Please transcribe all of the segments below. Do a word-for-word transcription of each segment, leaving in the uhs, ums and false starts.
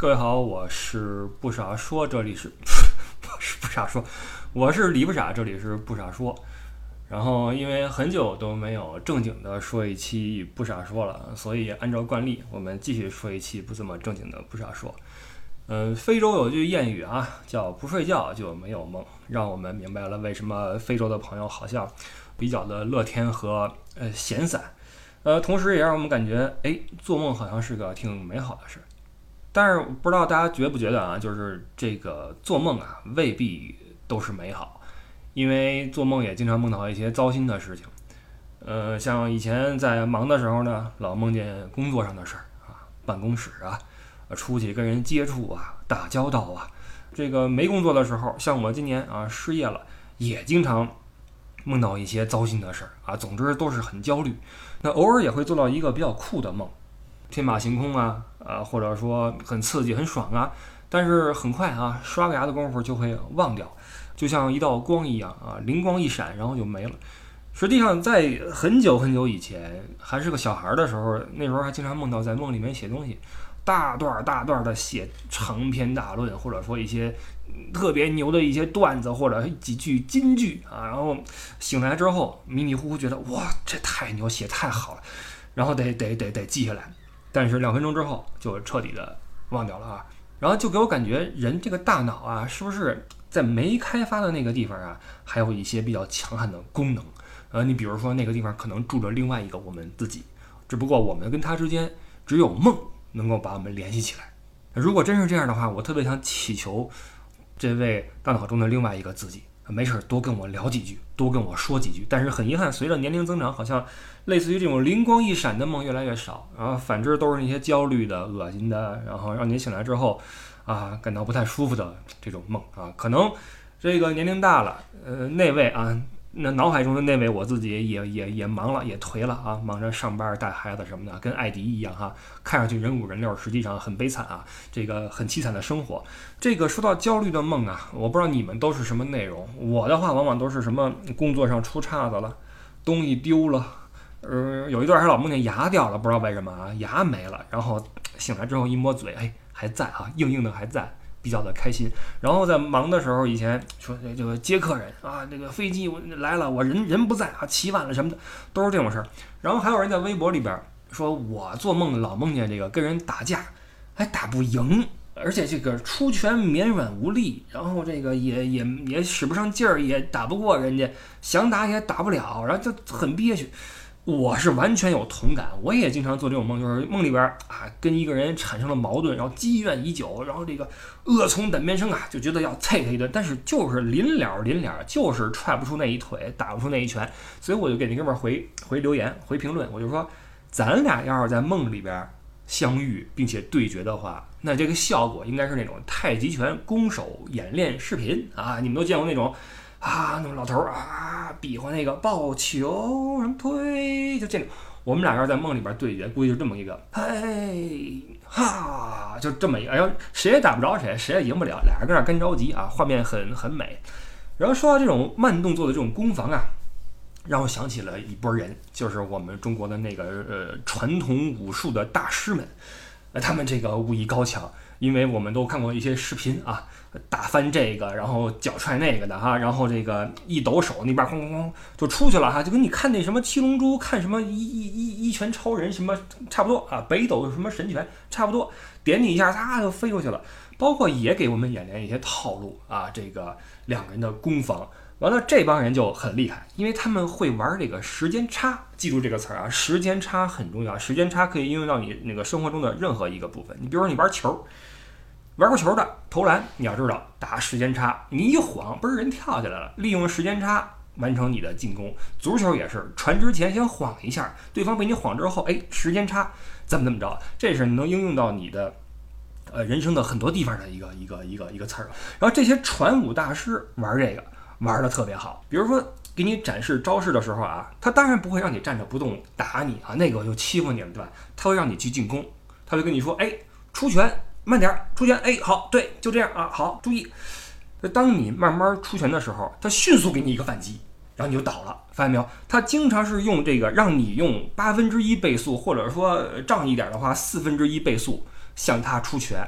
各位好，我是不傻说，这里是我是不傻说，我是李不傻，这里是不傻说。然后因为很久都没有正经的说一期不傻说了，所以按照惯例，我们继续说一期不这么正经的不傻说。嗯，非洲有句谚语啊，叫不睡觉就没有梦，让我们明白了为什么非洲的朋友好像比较的乐天和呃闲散。呃，同时也让我们感觉，哎，做梦好像是个挺美好的事。但是不知道大家觉不觉得啊，就是这个做梦啊，未必都是美好，因为做梦也经常梦到一些糟心的事情。呃，像以前在忙的时候呢，老梦见工作上的事儿啊，办公室啊，出去跟人接触啊，打交道啊。这个没工作的时候，像我今年啊失业了，也经常梦到一些糟心的事儿啊。总之都是很焦虑。那偶尔也会做到一个比较酷的梦。天马行空啊，啊，或者说很刺激、很爽啊，但是很快啊，刷个牙的功夫就会忘掉，就像一道光一样啊，灵光一闪，然后就没了。实际上，在很久很久以前，还是个小孩的时候，那时候还经常梦到在梦里面写东西，大段大段的写长篇大论，或者说一些特别牛的一些段子或者几句金句啊，然后醒来之后迷迷糊糊觉得哇，这太牛，写太好了，然后得得得得记下来。但是两分钟之后就彻底的忘掉了啊，然后就给我感觉人这个大脑啊，是不是在没开发的那个地方啊，还有一些比较强悍的功能？呃，你比如说那个地方可能住着另外一个我们自己，只不过我们跟他之间只有梦能够把我们联系起来。如果真是这样的话，我特别想祈求这位大脑中的另外一个自己，没事多跟我聊几句，多跟我说几句。但是很遗憾，随着年龄增长，好像类似于这种灵光一闪的梦越来越少，然后反之都是那些焦虑的、恶心的，然后让你醒来之后啊感到不太舒服的这种梦啊。可能这个年龄大了，呃，那位啊，那脑海中的那位我自己也也也忙了，也颓了啊，忙着上班、带孩子什么的，跟艾迪一样哈，看上去人五人六，实际上很悲惨啊，这个很凄惨的生活。这个说到焦虑的梦啊，我不知道你们都是什么内容，我的话往往都是什么工作上出岔子了，东西丢了。呃，有一段还老梦见牙掉了，不知道为什么啊，牙没了，然后醒来之后一摸嘴，哎，还在啊，硬硬的还在，比较的开心。然后在忙的时候，以前说这个接客人啊，这个飞机来了，我人人不在啊，起晚了什么的，都是这种事儿。然后还有人在微博里边说，我做梦老梦见这个跟人打架，还打不赢，而且这个出拳绵软无力，然后这个也也也使不上劲儿，也打不过人家，想打也打不了，然后就很憋屈。我是完全有同感，我也经常做这种梦，就是梦里边啊跟一个人产生了矛盾，然后积怨已久，然后这个恶从胆边生啊，就觉得要啐他一顿，但是就是临了临了，就是踹不出那一腿，打不出那一拳，所以我就给那哥们回回留言回评论，我就说咱俩要是在梦里边相遇并且对决的话，那这个效果应该是那种太极拳攻守演练视频啊，你们都见过那种啊，那种老头啊，比划那个抱球什么推，就这种。我们俩要是在梦里边对决，估计就这么一个，嘿哈，就这么一个，哎呦，谁也打不着谁，谁也赢不了，俩人跟那干着急啊，画面很很美。然后说到这种慢动作的这种攻防啊，让我想起了一拨人，就是我们中国的那个呃传统武术的大师们，呃，他们这个武艺高强。因为我们都看过一些视频啊，打翻这个，然后脚踹那个的哈，然后这个一抖手那边哐哐哐就出去了哈，就跟你看那什么七龙珠，看什么一一一一拳超人什么差不多啊，北斗什么神拳差不多，点你一下它就飞过去了。包括也给我们演练一些套路啊，这个两个人的攻防。完了，这帮人就很厉害，因为他们会玩这个时间差，记住这个词儿啊，时间差很重要。时间差可以应用到你那个生活中的任何一个部分。你比如说你玩球，玩过球的投篮，你要知道打时间差，你一晃，嘣，人跳起来了，利用时间差完成你的进攻。足球也是，传之前先晃一下，对方被你晃之后，哎，时间差怎么怎么着，这是能应用到你的呃人生的很多地方的一个一个一个一个词儿。然后这些传武大师玩这个。玩得特别好，比如说给你展示招式的时候啊，他当然不会让你站着不动打你啊，那个就欺负你了，对吧？他会让你去进攻，他会跟你说，哎，出拳慢点，出拳，哎，好，对，就这样啊，好，注意。当你慢慢出拳的时候，他迅速给你一个反击，然后你就倒了，发现没有？他经常是用这个让你用八分之一倍速，或者说仗义一点的话，四分之一倍速向他出拳。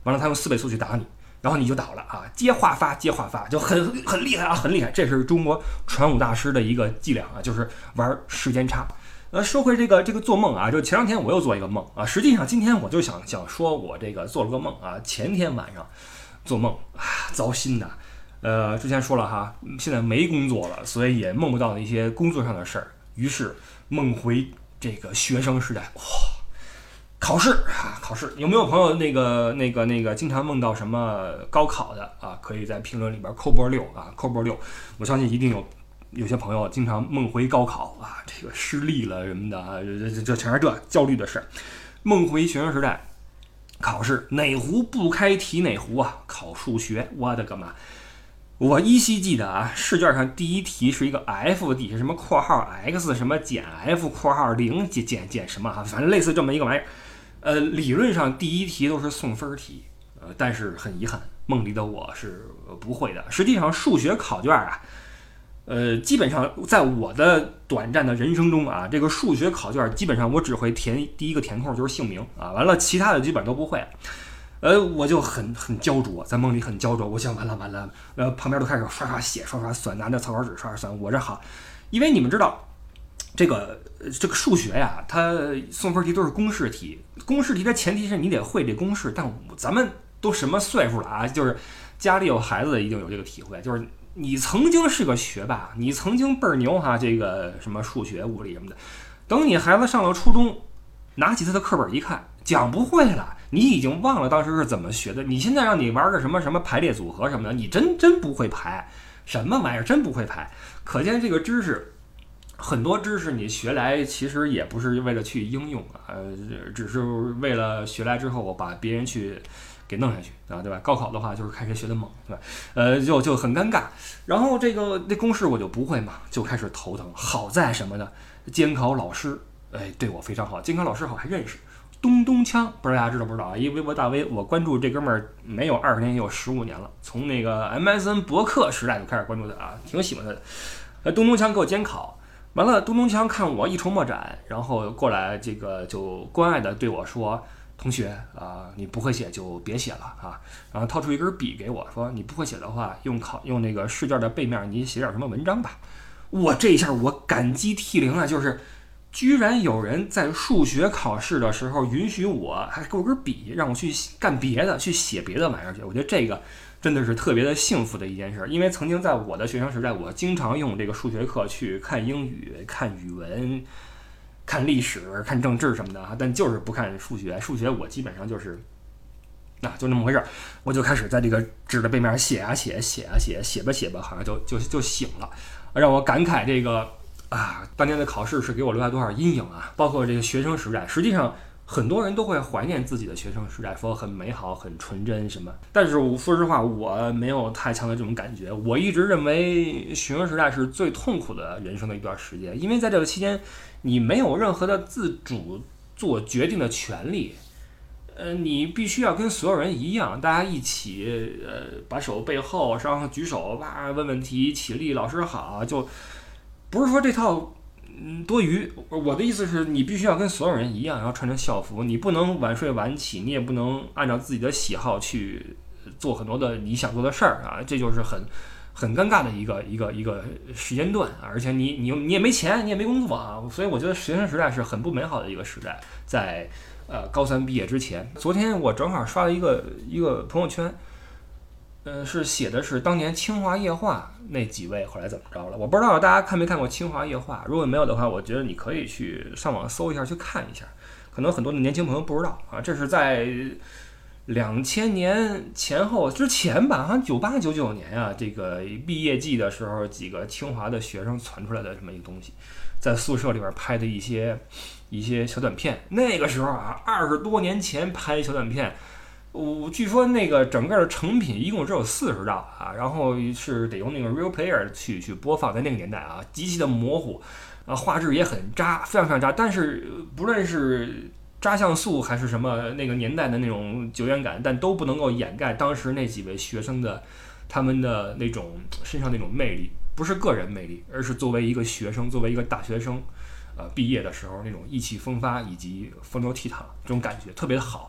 完了他用四倍速去打你，然后你就倒了啊，接话发接话发，就很很厉害啊，很厉害。这是中国传武大师的一个伎俩啊，就是玩时间差。呃，说回这个这个做梦啊，就前两天我又做一个梦啊，实际上今天我就想想说我这个做了个梦啊，前天晚上做梦啊，糟心的。呃，之前说了哈，现在没工作了，所以也梦不到那些工作上的事儿，于是梦回这个学生时代，哇，考试啊，考试，有没有朋友那个那个那个经常梦到什么高考的啊？可以在评论里边扣波六啊，扣波六，我相信一定有。有些朋友经常梦回高考啊，这个失利了什么的啊，这这这全是这焦虑的事儿。梦回学生时代，考试哪壶不开提哪壶啊？考数学，我的个妈！我依稀记得啊，试卷上第一题是一个 F 底下什么括号 x 什么减 f 括号零减减减什么啊，反正类似这么一个玩意儿。呃，理论上第一题都是送分题，呃，但是很遗憾，梦里的我是不会的。实际上数学考卷啊。呃，基本上在我的短暂的人生中啊，这个数学考卷基本上我只会填第一个填空就是姓名啊，完了其他的基本都不会。呃，我就很很焦灼，在梦里很焦灼，我想完了完了，呃，旁边都开始刷刷写刷刷算，拿着草稿纸刷刷算，我这好，因为你们知道，这个这个数学呀，它送分题都是公式题，公式题的前提是你得会这公式，但咱们都什么岁数了啊？就是家里有孩子的一定有这个体会，就是。你曾经是个学霸，你曾经倍儿牛哈，这个什么数学、物理什么的。等你孩子上了初中，拿起他的课本一看，讲不会了，你已经忘了当时是怎么学的。你现在让你玩个什么什么排列组合什么的，你真真不会排，什么玩意儿真不会排。可见这个知识，很多知识你学来其实也不是为了去应用啊，呃，只是为了学来之后我把别人去。给弄下去啊，对吧？高考的话就是看谁学的猛，对吧？呃，就就很尴尬。然后这个那公式我就不会嘛，就开始头疼。好在什么呢？监考老师，哎，对我非常好。监考老师好还认识东东锵，不知道大家知道不知道啊？因为微博大 V，我关注这哥们儿没有二十年，也有十五年了。从那个 M S N 博客时代就开始关注他啊，挺喜欢他的。呃，东东锵给我监考，完了，东东锵看我一筹莫展，然后过来这个就关爱的对我说。同学啊、呃，你不会写就别写了啊！然后掏出一根笔给我说：“你不会写的话，用考用那个试卷的背面，你写点什么文章吧。”我这一下我感激涕零啊！就是居然有人在数学考试的时候允许我，还给我根笔，让我去干别的，去写别的玩意儿去。我觉得这个真的是特别的幸福的一件事，因为曾经在我的学生时代，我经常用这个数学课去看英语、看语文。看历史、看政治什么的啊，但就是不看数学。数学我基本上就是，那、啊、就那么回事儿。我就开始在这个纸的背面写啊写，写啊写，写吧写吧，好像就就就醒了，让我感慨这个啊，当年的考试是给我留下多少阴影啊！包括这个学生时代，实际上很多人都会怀念自己的学生时代，说很美好、很纯真什么。但是我说实话，我没有太强的这种感觉。我一直认为学生时代是最痛苦的人生的一段时间，因为在这个期间。你没有任何的自主做决定的权利，呃，你必须要跟所有人一样，大家一起，呃，把手背后，然后举手，哇，问问题，起立，老师好，就不是说这套，嗯，多余。我的意思是你必须要跟所有人一样，然后穿着校服，你不能晚睡晚起，你也不能按照自己的喜好去做很多的你想做的事儿啊，这就是很。很尴尬的一个一个一个时间段，而且你你你也没钱，你也没工作啊，所以我觉得学生时代是很不美好的一个时代。在呃高三毕业之前，昨天我正好刷了一个一个朋友圈，呃是写的是当年清华液化那几位后来怎么着了，我不知道大家看没看过清华液化，如果没有的话，我觉得你可以去上网搜一下去看一下，可能很多的年轻朋友不知道啊，这是在。两千年前后之前吧，好像九八九九年啊，这个毕业季的时候，几个清华的学生传出来的这么一个东西，在宿舍里边拍的一些一些小短片。那个时候啊，二十多年前拍小短片，我据说那个整个的成品一共只有四十兆啊，然后是得用那个 Real Player 去去播放，在那个年代啊，极其的模糊，啊，画质也很渣，非常非常渣。但是不论是渣像素还是什么那个年代的那种久远感，但都不能够掩盖当时那几位学生的他们的那种身上那种魅力，不是个人魅力，而是作为一个学生，作为一个大学生，呃，毕业的时候那种意气风发以及风流倜傥这种感觉特别的好。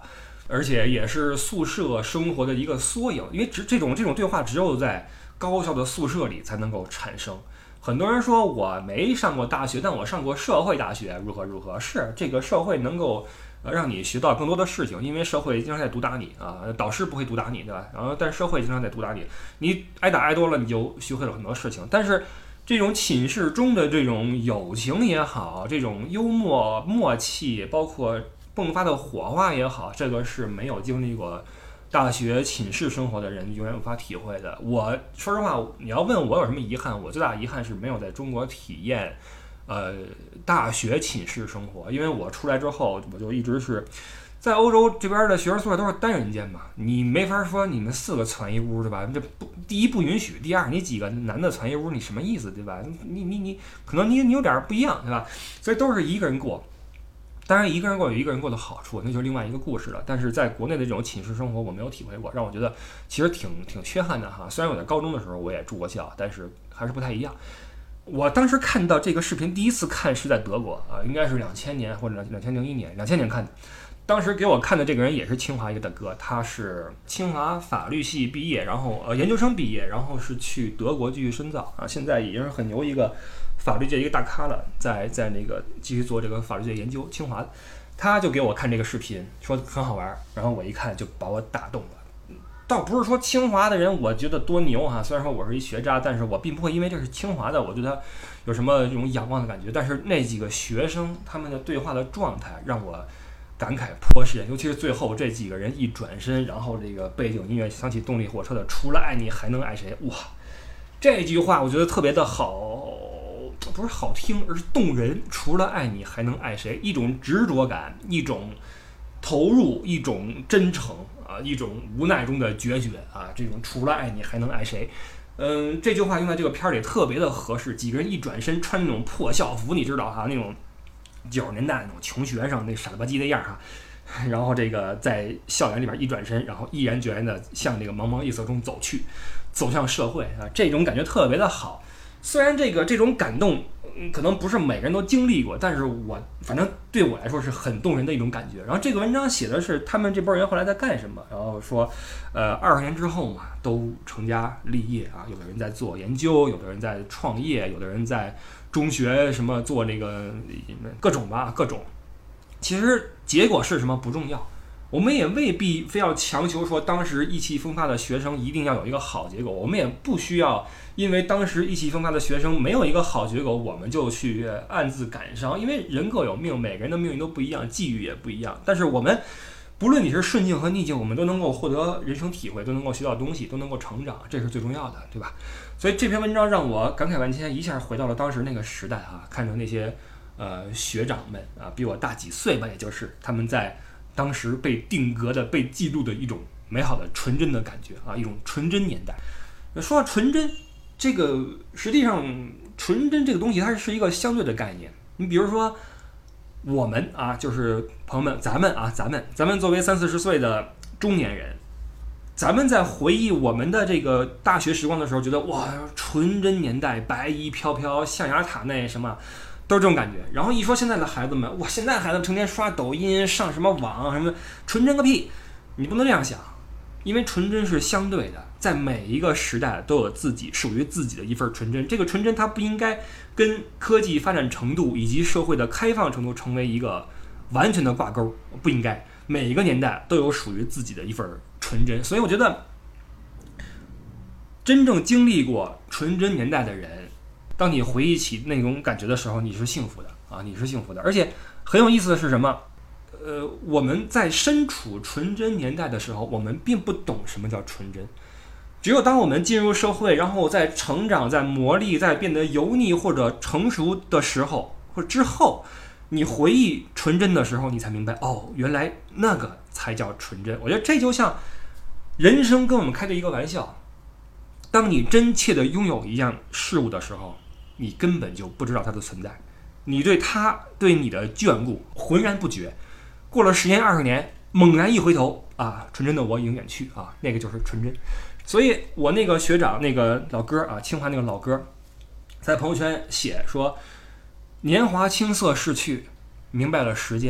而且也是宿舍生活的一个缩影。因为只这种这种对话只有在高校的宿舍里才能够产生。很多人说我没上过大学，但我上过社会大学，如何如何？是这个社会能够呃让你学到更多的事情，因为社会经常在毒打你啊，导师不会毒打你，对吧？然后但社会经常在毒打你，你挨打挨多了，你就学会了很多事情。但是这种寝室中的这种友情也好，这种幽默默契，包括迸发的火花也好，这个是没有经历过大学寝室生活的人永远无法体会的。我说实话，你要问我有什么遗憾，我最大的遗憾是没有在中国体验呃大学寝室生活。因为我出来之后，我就一直是在欧洲这边的学生宿舍都是单人间嘛，你没法说你们四个攒一屋，对吧？这不，第一不允许，第二你几个男的攒一屋，你什么意思，对吧？你你你可能你你有点不一样，对吧？所以都是一个人过。当然，一个人过有一个人过的好处，那就是另外一个故事了。但是在国内的这种寝室生活，我没有体会过，让我觉得其实挺挺缺憾的哈。虽然我在高中的时候我也住过校，但是还是不太一样。我当时看到这个视频，第一次看是在德国啊，应该是两千年或者两千零一年，两千年看的。当时给我看的这个人也是清华一个大哥，他是清华法律系毕业，然后呃研究生毕业，然后是去德国继续深造啊，现在已经是很牛一个法律界一个大咖了，在在那个继续做这个法律界研究，清华的。他就给我看这个视频，说很好玩，然后我一看就把我打动了。倒不是说清华的人我觉得多牛哈，虽然说我是一学渣，但是我并不会因为这是清华的我对他有什么这种仰望的感觉。但是那几个学生他们的对话的状态让我感慨颇深，尤其是最后这几个人一转身，然后这个背景音乐响起动力火车的除了爱你还能爱谁，哇，这句话我觉得特别的好，不是好听，而是动人。除了爱你还能爱谁，一种执着感，一种投入，一种真诚啊，一种无奈中的决绝啊，这种除了爱你还能爱谁。嗯，这句话用在这个片里特别的合适。几个人一转身，穿那种破校服，你知道哈，那种九十年代那种穷学生那傻了吧唧的样哈，然后这个在校园里边一转身，然后毅然决然的向这个茫茫夜色中走去，走向社会啊，这种感觉特别的好。虽然这个这种感动，嗯，可能不是每个人都经历过，但是我反正对我来说是很动人的一种感觉。然后这个文章写的是他们这波人后来在干什么，然后说，呃，二十年之后嘛，都成家立业啊，有的人在做研究，有的人在创业，有的人在中学什么做那个各种吧，各种。其实结果是什么不重要。我们也未必非要强求说当时意气风发的学生一定要有一个好结果，我们也不需要因为当时意气风发的学生没有一个好结果，我们就去暗自感伤。因为人各有命，每个人的命运都不一样，际遇也不一样。但是我们不论你是顺境和逆境，我们都能够获得人生体会，都能够学到东西，都能够成长，这是最重要的，对吧？所以这篇文章让我感慨万千，一下回到了当时那个时代啊，看着那些呃学长们啊，比我大几岁吧，也就是他们在当时被定格的、被记录的一种美好的纯真的感觉啊，一种纯真年代。说到纯真，这个实际上纯真这个东西它是一个相对的概念。你比如说我们啊，就是朋友们，咱们啊，咱们咱们作为三四十岁的中年人，咱们在回忆我们的这个大学时光的时候，觉得哇，纯真年代，白衣飘飘，象牙塔那什么。都是这种感觉。然后一说现在的孩子们，哇，现在孩子成天刷抖音，上什么网什么，纯真个屁！你不能这样想，因为纯真是相对的，在每一个时代都有自己属于自己的一份纯真。这个纯真它不应该跟科技发展程度以及社会的开放程度成为一个完全的挂钩，不应该。每一个年代都有属于自己的一份纯真，所以我觉得真正经历过纯真年代的人，当你回忆起那种感觉的时候，你是幸福的啊，你是幸福的。而且很有意思的是什么？呃，我们在身处纯真年代的时候，我们并不懂什么叫纯真。只有当我们进入社会，然后在成长、在磨砺、在变得油腻或者成熟的时候，或者之后，你回忆纯真的时候，你才明白，哦，原来那个才叫纯真。我觉得这就像人生跟我们开的一个玩笑。当你真切的拥有一样事物的时候，你根本就不知道它的存在，你对它对你的眷顾浑然不觉。过了十年二十年，猛然一回头啊，纯真的我已经远去啊，那个就是纯真。所以我那个学长那个老哥啊，清华那个老哥，在朋友圈写说：年华青涩逝去，明白了时间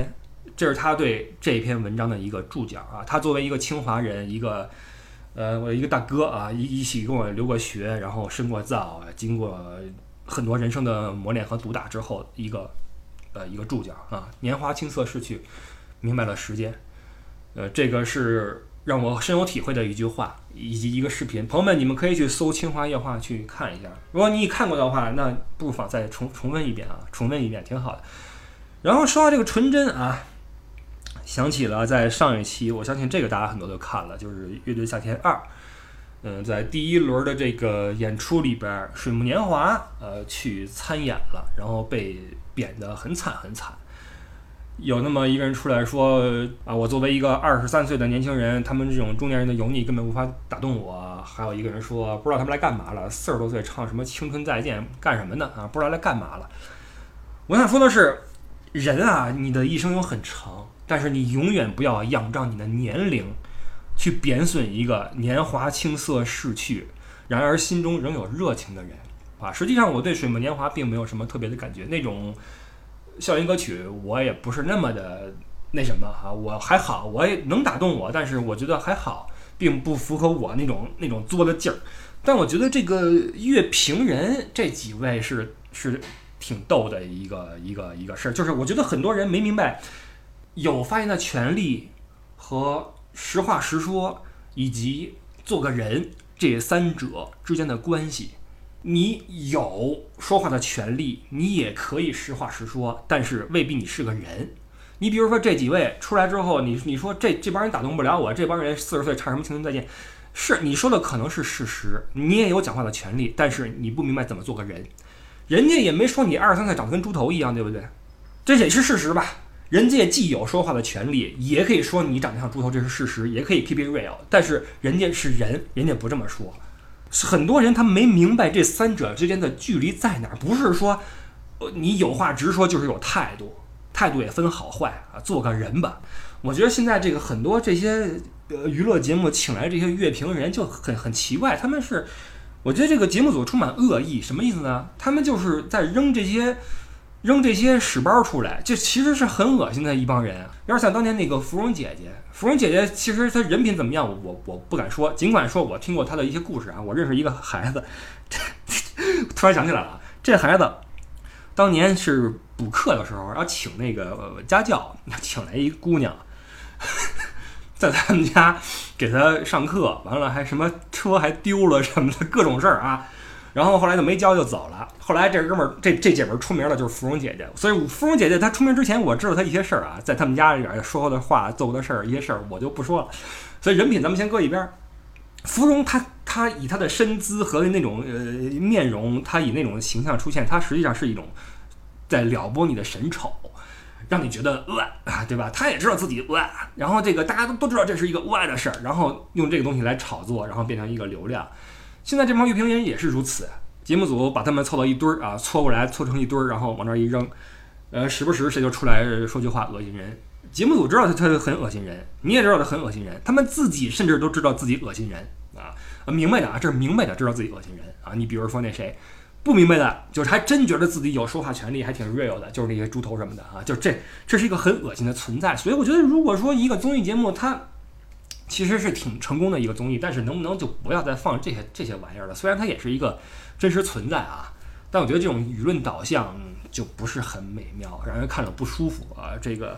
这是他对这篇文章的一个注脚啊。他作为一个清华人，一个呃我一个大哥啊，一一起跟我留过学，然后深过造，经过很多人生的磨练和毒打之后，一个呃一个注脚啊。年华青涩逝去，明白了时间。呃，这个是让我深有体会的一句话，以及一个视频。朋友们，你们可以去搜《清华夜话》去看一下。如果你看过的话，那不妨再重重温一遍啊，重温一遍挺好的。然后说到这个纯真啊，想起了在上一期，我相信这个大家很多都看了，就是《乐队夏天二》。嗯、呃，在第一轮的这个演出里边，水木年华呃去参演了，然后被贬得很惨很惨。有那么一个人出来说啊，我作为一个二十三岁的年轻人，他们这种中年人的油腻根本无法打动我。还有一个人说，不知道他们来干嘛了，四十多岁唱什么青春再见干什么呢啊？不知道来干嘛了。我想说的是，人啊，你的一生有很长，但是你永远不要仰仗你的年龄去贬损一个年华青涩逝去，然而心中仍有热情的人啊。实际上，我对水木年华并没有什么特别的感觉，那种校园歌曲我也不是那么的那什么啊，我还好，我也能打动我，但是我觉得还好，并不符合我那种那种作的劲儿。但我觉得这个乐评人这几位是是挺逗的一个一个一个事儿，就是我觉得很多人没明白有发言的权利和实话实说以及做个人这三者之间的关系。你有说话的权利，你也可以实话实说，但是未必你是个人。你比如说这几位出来之后，你你说这这帮人打动不了我，这帮人四十岁唱什么青春再见，是你说的可能是事实，你也有讲话的权利，但是你不明白怎么做个人。人家也没说你二十三岁长得跟猪头一样，对不对？这也是事实吧？人家既有说话的权利，也可以说你长得像猪头，这是事实，也可以 keep it real， 但是人家是人，人家不这么说。很多人他没明白这三者之间的距离在哪儿，不是说你有话直说就是有态度，态度也分好坏啊，做个人吧。我觉得现在这个很多这些呃娱乐节目请来这些乐评人就很很奇怪，他们是，我觉得这个节目组充满恶意，什么意思呢？他们就是在扔这些扔这些屎包出来，这其实是很恶心的一帮人啊。有点像当年那个芙蓉姐姐，芙蓉姐姐其实她人品怎么样，我我我不敢说，尽管说我听过她的一些故事啊。我认识一个孩子，突然想起来了，这孩子当年是补课的时候要请那个、呃、家教，请来一姑娘，在他们家给他上课，完了还什么车还丢了什么的各种事儿啊。然后后来就没教就走了。后来这哥们儿这这姐们儿出名了，就是芙蓉姐姐。所以芙蓉姐姐她出名之前，我知道她一些事儿啊，在他们家里边说过的话、做过的事儿，一些事儿我就不说了。所以人品咱们先搁一边。芙蓉她她以她的身姿和那种呃面容，她以那种形象出现，她实际上是一种在撩拨你的神丑，让你觉得呃啊，对吧？她也知道自己呃，然后这个大家都都知道这是一个呃的事儿，然后用这个东西来炒作，然后变成一个流量。现在这帮乐评人也是如此，节目组把他们凑到一堆儿啊，搓过来搓成一堆儿，然后往那儿一扔，呃，时不时谁就出来说句话恶心人。节目组知道他他很恶心人，你也知道他很恶心人，他们自己甚至都知道自己恶心人啊，明白的啊，这是明白的，知道自己恶心人啊。你比如说那谁，不明白的，就是还真觉得自己有说话权利，还挺 real 的，就是那些猪头什么的啊，就这这是一个很恶心的存在。所以我觉得，如果说一个综艺节目它其实是挺成功的一个综艺，但是能不能就不要再放这些这些玩意儿了？虽然它也是一个真实存在啊，但我觉得这种舆论导向就不是很美妙，让人看了不舒服啊。这个，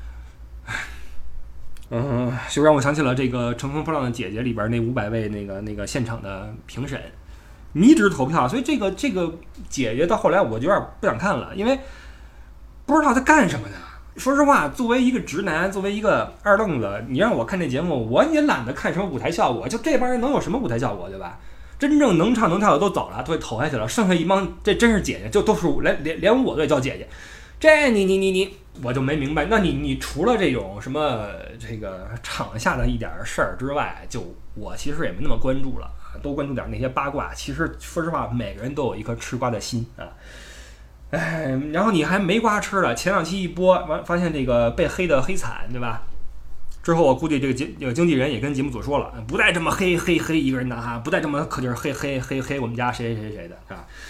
嗯，就让我想起了这个《乘风破浪的姐姐》里边那五百位那个那个现场的评审，迷之投票。所以这个这个姐姐到后来我就有点不想看了，因为不知道她干什么的。说实话，作为一个直男，作为一个二愣子，你让我看这节目，我也懒得看什么舞台效果。就这帮人能有什么舞台效果，对吧？真正能唱能跳的都走了，都给投下去了，剩下一帮这真是姐姐，就都是连连连我都叫姐姐。这你你你你，我就没明白。那你你除了这种什么这个场下的一点事儿之外，就我其实也没那么关注了，多关注点那些八卦。其实说实话，每个人都有一颗吃瓜的心啊。哎，然后你还没瓜吃了，前两期一播完，发现这个被黑的黑惨，对吧？之后我估计这个经这个经纪人也跟节目组说了，不带这么黑黑黑一个人的哈，不带这么可劲儿黑黑黑黑我们家谁谁谁谁的啊。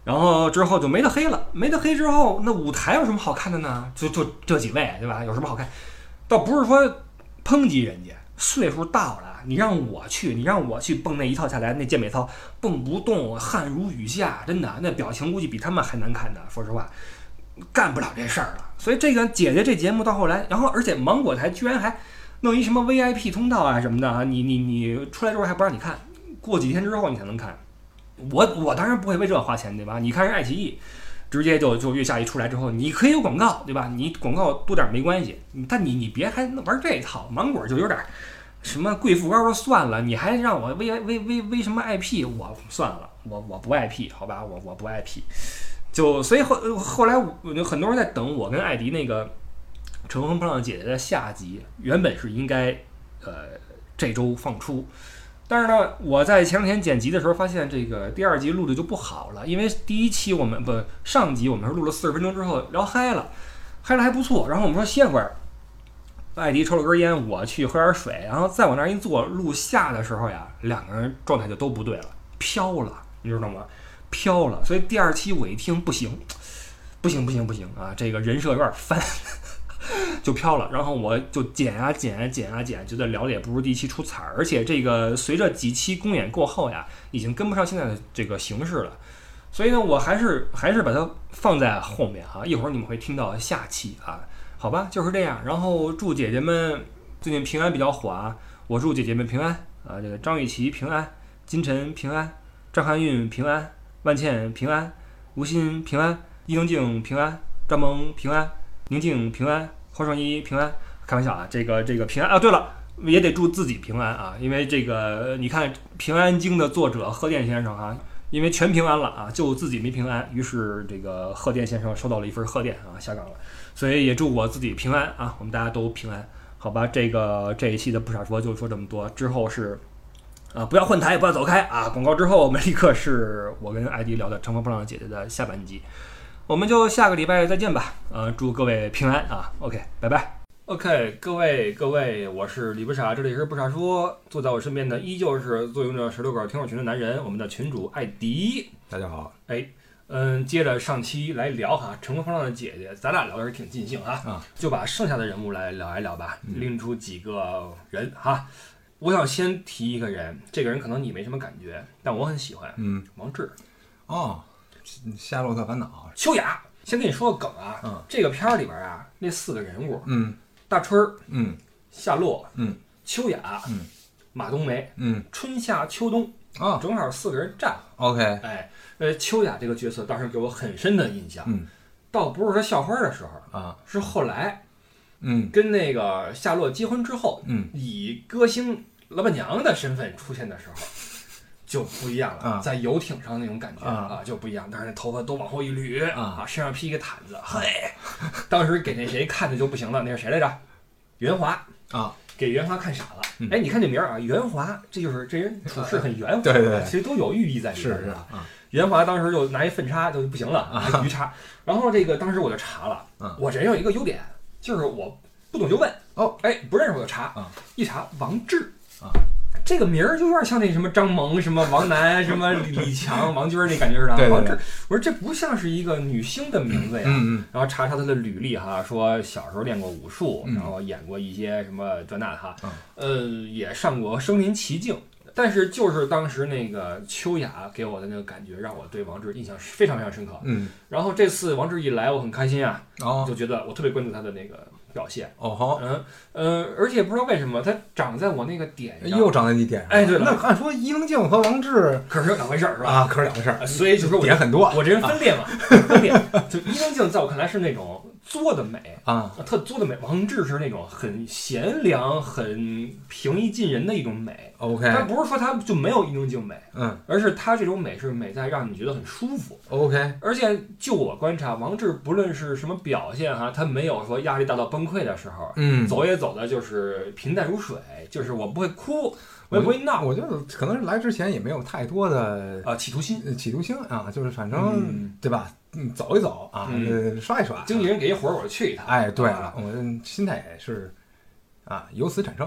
然后之后就没得黑了，没得黑之后，那舞台有什么好看的呢？就就这几位，对吧？有什么好看？倒不是说抨击人家，岁数到了，你让我去，你让我去蹦那一套下来，那健美操蹦不动，汗如雨下，真的，那表情估计比他们还难看的。说实话，干不了这事儿了。所以这个姐姐这节目到后来，然后而且芒果台居然还弄一什么 V I P 通道啊什么的啊，你你你出来之后还不让你看，过几天之后你才能看。我我当然不会为这花钱，对吧？你看人爱奇艺，直接就就月下一出来之后，你可以有广告，对吧？你广告多点没关系，但你你别还玩这一套，芒果就有点什么贵妇膏就算了，你还让我 V V V V 什么 I P， 我算了，我我不 I P， 好吧，我我不 I P， 就所以后后来很多人在等我跟艾迪那个《乘风破浪姐姐》的下集，原本是应该呃这周放出。但是呢，我在前两天剪辑的时候发现，这个第二集录的就不好了，因为第一期我们不上集我们是录了四十分钟之后聊嗨了，嗨了还不错，然后我们说歇会儿，艾迪抽了根烟，我去喝点水，然后再往那儿一坐，录下的时候呀，两个人状态就都不对了，飘了，你知道吗？飘了，所以第二期我一听不行，不行不行不行啊，这个人设有点翻。就飘了，然后我就剪啊剪啊剪啊剪，觉得聊的也不如第一期出彩儿，而且这个随着几期公演过后呀，已经跟不上现在的这个形式了，所以呢，我还是还是把它放在后面啊，一会儿你们会听到下期啊，好吧，就是这样。然后祝姐姐们最近平安比较火啊，我祝姐姐们平安啊，这个张雨绮平安，金晨平安，张含韵平安，万茜平安，吴昕平安，伊能静平安，张萌平安，宁静平安，黄圣依平安。开玩笑啊，这个这个平安啊，对了，也得祝自己平安啊，因为这个你看《平安经》的作者贺电先生啊，因为全平安了啊，就自己没平安，于是这个贺电先生收到了一份贺电啊，下岗了，所以也祝我自己平安啊，我们大家都平安，好吧？这个这一期的不傻说就说这么多，之后是啊，不要换台，不要走开啊！广告之后，我们立刻是我跟艾迪聊的《乘风破浪姐姐》的下半集。我们就下个礼拜再见吧，呃，祝各位平安啊 ！OK， 拜拜。OK， 各位各位，我是李不傻，这里是不傻说，坐在我身边的依旧是坐拥着十六个听友群的男人，我们的群主艾迪。 大家好， 哎，嗯，接着上期来聊哈，《乘风破浪的姐姐》，咱俩聊的是挺尽兴哈， 啊， 就把剩下的人物来聊一聊吧， 嗯、 拎出几个人哈。我想先提一个人，这个人可能你没什么感觉，但我很喜欢， 嗯， 王志。 哦。夏洛特烦恼， 秋雅，先跟你说个梗啊， 嗯， 这个片儿里边啊，那四个人物， 嗯， 大春儿， 嗯， 夏洛， 嗯， 秋雅， 嗯， 马冬梅， 嗯， 春夏秋冬， 啊， 正好四个人站。 OK， 哎，呃，秋雅这个角色当时给我很深的印象， 嗯， 倒不是说校花的时候啊， 是后来， 嗯， 跟那个夏洛结婚之后， 嗯， 以歌星老板娘的身份出现的时候。就不一样了， 啊、 在游艇上那种感觉啊, 啊就不一样，但是那头发都往后一捋啊, 啊，身上披一个毯子，嘿，当时给那谁看的就不行了，那是谁来着？袁华啊， 给袁华看傻了。 嗯、 哎，你看这名啊，袁华，这就是这人处事很圆滑， 对对对， 其实都有寓意在里边是啊。 啊， 袁华当时就拿一粪叉就不行了啊，鱼叉。然后这个当时我就查了， 啊、 我这人有一个优点，就是我不懂就问， 哦， 哎，不认识我就查， 啊、 一查王志啊。 这个名儿就有点像那什么张萌、什么王楠、什么李强、王军那感觉似的。 对对对， 王志，我说这不像是一个女星的名字呀。 嗯嗯。 然后查查她的履历哈，说小时候练过武术， 嗯、 然后演过一些什么这那哈， 嗯、 呃，也上过身临其境。但是就是当时那个秋雅给我的那个感觉，让我对王志印象非常非常深刻。 嗯。 然后这次王志一来，我很开心啊， 哦， 就觉得我特别关注他的那个表现。 哦好， 嗯呃，而且不知道为什么他长在我那个点上， 又长在你点上。 哎，对了， 那按说伊能静和王志可是两回事儿是吧？ 啊，可是两回事儿。 所以就说我点很多， 我这人分裂嘛，分裂。就伊能静在我看来是那种作的美啊， 特作的美。王志是那种很贤良、很平易近人的一种美。 OK， 他不是说他就没有伊能静美， 嗯， 而是他这种美是美在让你觉得很舒服。 OK， 而且就我观察，王志不论是什么表现哈，他没有说压力大到崩溃的时候， 嗯， 走也走的就是平淡如水，就是我不会哭，我也不会闹。 我觉得可能是来之前也没有太多的啊企图心， 企图心啊，就是反正、 嗯、 对吧？嗯，走一走啊， 嗯、 刷一刷。 经纪人给一活儿，我就去一趟。 哎，对了，我心态也是啊，由此产生。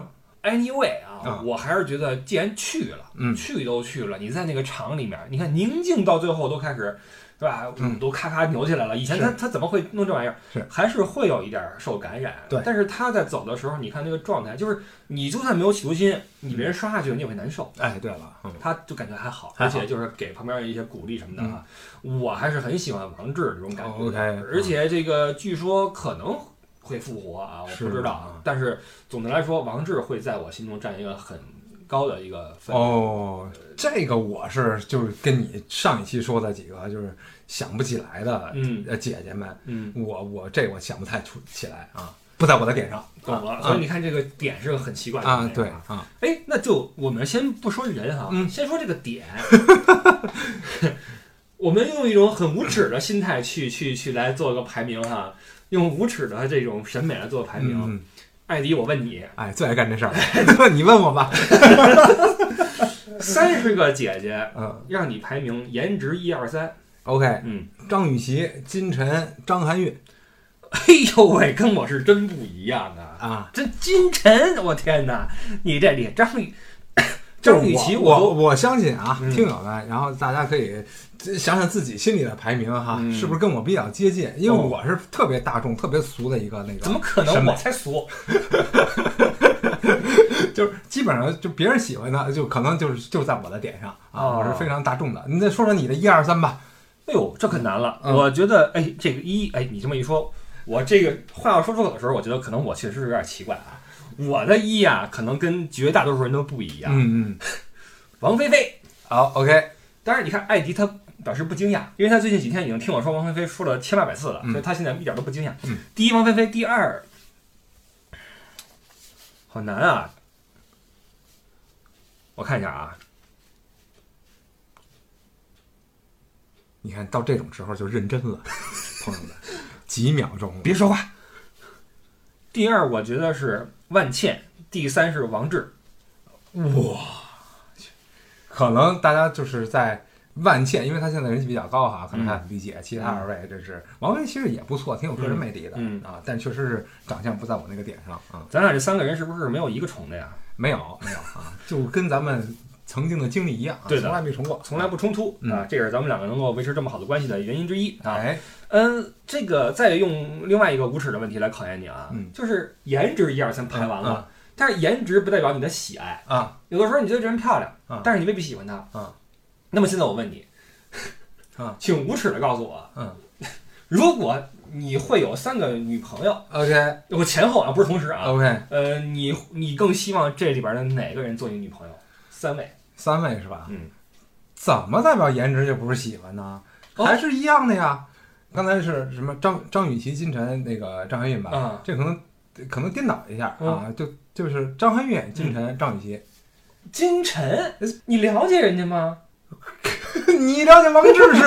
anyway 啊， 啊我还是觉得既然去了， 嗯去都去了，你在那个场里面，你看宁静到最后都开始。对吧？ 嗯都咔咔扭起来了。以前他他怎么会弄这玩意儿？ 是还是会有一点受感染。 对， 但是他在走的时候，你看那个状态，就是你就算没有企图心，你被人刷下去了，你也会难受。 哎，对了，嗯， 他就感觉还好， 还好而且就是给旁边一些鼓励什么的啊。嗯、我还是很喜欢王志这种感觉。 哦、OK， 而且这个据说可能会复活啊，我不知道啊。但是总的来说，王志会在我心中占一个很高的一个分。 哦，这个我是就是跟你上一期说的几个就是想不起来的嗯呃姐姐们， 嗯， 我我这我想不太出起来啊，不在我的点上， 懂了。 啊、 所以你看这个点是个很奇怪的啊，对啊， 哎，那就我们先不说人哈， 嗯、 先说这个点。我们用一种很无耻的心态去去去来做个排名哈，用无耻的这种审美来做排名。 嗯、 艾迪，我问你， 哎，最爱干这事儿，你问我吧。 三十个姐姐， 嗯， 让你排名颜值一二三。 OK， 嗯， 张雨绮、金晨、张含韵。 哎呦喂，跟我是真不一样啊！ 啊， 这金晨，我天哪，你这里张雨张雨绮， 我我我相信啊， 嗯、 听友们，然后大家可以想想自己心里的排名哈， 嗯、 是不是跟我比较接近？因为我是特别大众、特别俗的一个那个。 怎么可能？我才俗。 就是基本上就别人喜欢的，就可能就是就在我的点上啊， 哦、 我是非常大众的。你再说说你的一二三吧。 哎呦，这可难了。 嗯、 我觉得，哎，这个一，哎，你这么一说，我这个话要说出口的时候，我觉得可能我确实是有点奇怪啊。我的一啊，可能跟绝大多数人都不一样。 嗯嗯。 王菲菲， 好 ，OK。 当然，你看艾迪他表示不惊讶，因为他最近几天已经听我说王菲菲说了千八百次了， 嗯、 所以他现在一点都不惊讶。 嗯。 第一，王菲菲；第二，好难啊。我看一下啊， 你看到这种时候就认真了，朋友们，几秒钟别说话。第二，我觉得是万茜；第三是王志。 哇，可能大家就是在万茜，因为她现在人气比较高哈，可能还很理解。嗯、其他二位这是王菲，其实也不错，挺有个人魅力的、 嗯嗯、 啊，但确实是长相不在我那个点上啊。 咱俩这三个人是不是没有一个重的呀？ 没有，没有啊，就跟咱们曾经的经历一样，啊、 对的， 从来没重过， 从来不冲突、 嗯、 啊，这也是咱们两个能够维持这么好的关系的原因之一啊。 哎， 嗯，这个再用另外一个无耻的问题来考验你啊， 嗯、 就是颜值一二三排完了， 嗯嗯、 但是颜值不代表你的喜爱啊。 有的时候你觉得这人漂亮， 啊、 但是你未必喜欢她啊。 那么现在我问你， 啊， 请无耻的告诉我， 嗯， 如果你会有三个女朋友 ，OK， 我前后啊，不是同时啊 ，OK， 呃，你你更希望这里边的哪个人做你女朋友？三位， 三位是吧？ 嗯， 怎么代表颜值就不是喜欢呢？ 哦、 还是一样的呀。刚才是什么张张雨绮、金晨那个张含韵吧？ 啊， 这可能可能颠倒一下、 嗯、 啊，就就是张含韵、金晨、嗯、张雨绮。 金晨，你了解人家吗？ 你了解王志似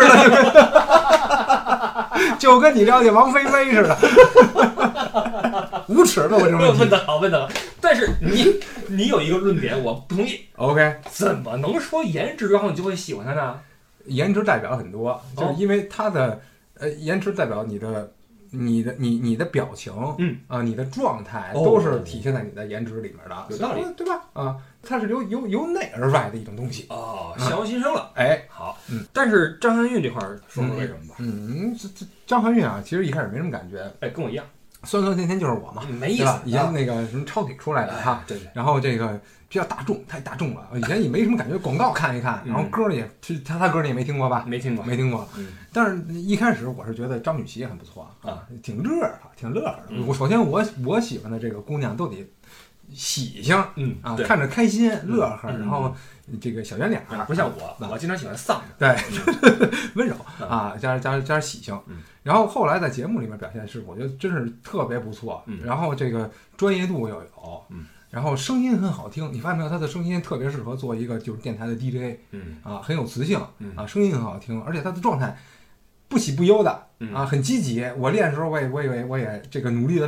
的，就跟你了解王菲菲似的，无耻的我这种问题。 问得好，问得好。但是你你有一个论点，我不同意。 OK， 怎么能说颜值然后你就会喜欢他呢？ 颜值代表很多，就是因为他的、哦、呃颜值代表你的你的你你的表情， 嗯啊、呃、你的状态都是体现在你的颜值里面的， 有道理， 对吧？啊。它是由由由内而外的一种东西哦，相由心生了。 哎， 好， 嗯， 但是张含韵这块说说为什么吧？ 嗯，这这张含韵啊，其实一开始没什么感觉， 哎，跟我一样， 酸酸甜甜就是我嘛， 没意思。 以前那个什么超体出来的哈， 对对。 然后这个比较大众，太大众了，以前也没什么感觉，广告看一看，然后歌也他他歌你也没听过吧？ 没听过， 没听过。 嗯， 但是一开始我是觉得张雨绮也很不错啊， 挺乐呵，挺乐呵的。我首先我我喜欢的这个姑娘都得。喜庆， 嗯啊，看着开心乐呵， 嗯、 然后这个小圆脸、 嗯，不像我，嗯、我经常喜欢丧的，对，温柔啊，加加加点喜庆。 嗯、 然后后来在节目里面表现是，我觉得真是特别不错。 嗯、 然后这个专业度又有， 嗯， 然后声音很好听，你发现没有？他的声音特别适合做一个就是电台的 D J， 嗯啊，很有磁性， 嗯啊，声音很好听，而且他的状态不喜不忧的， 嗯、 啊，很积极。我练的时候，我也我也我也这个努力的练。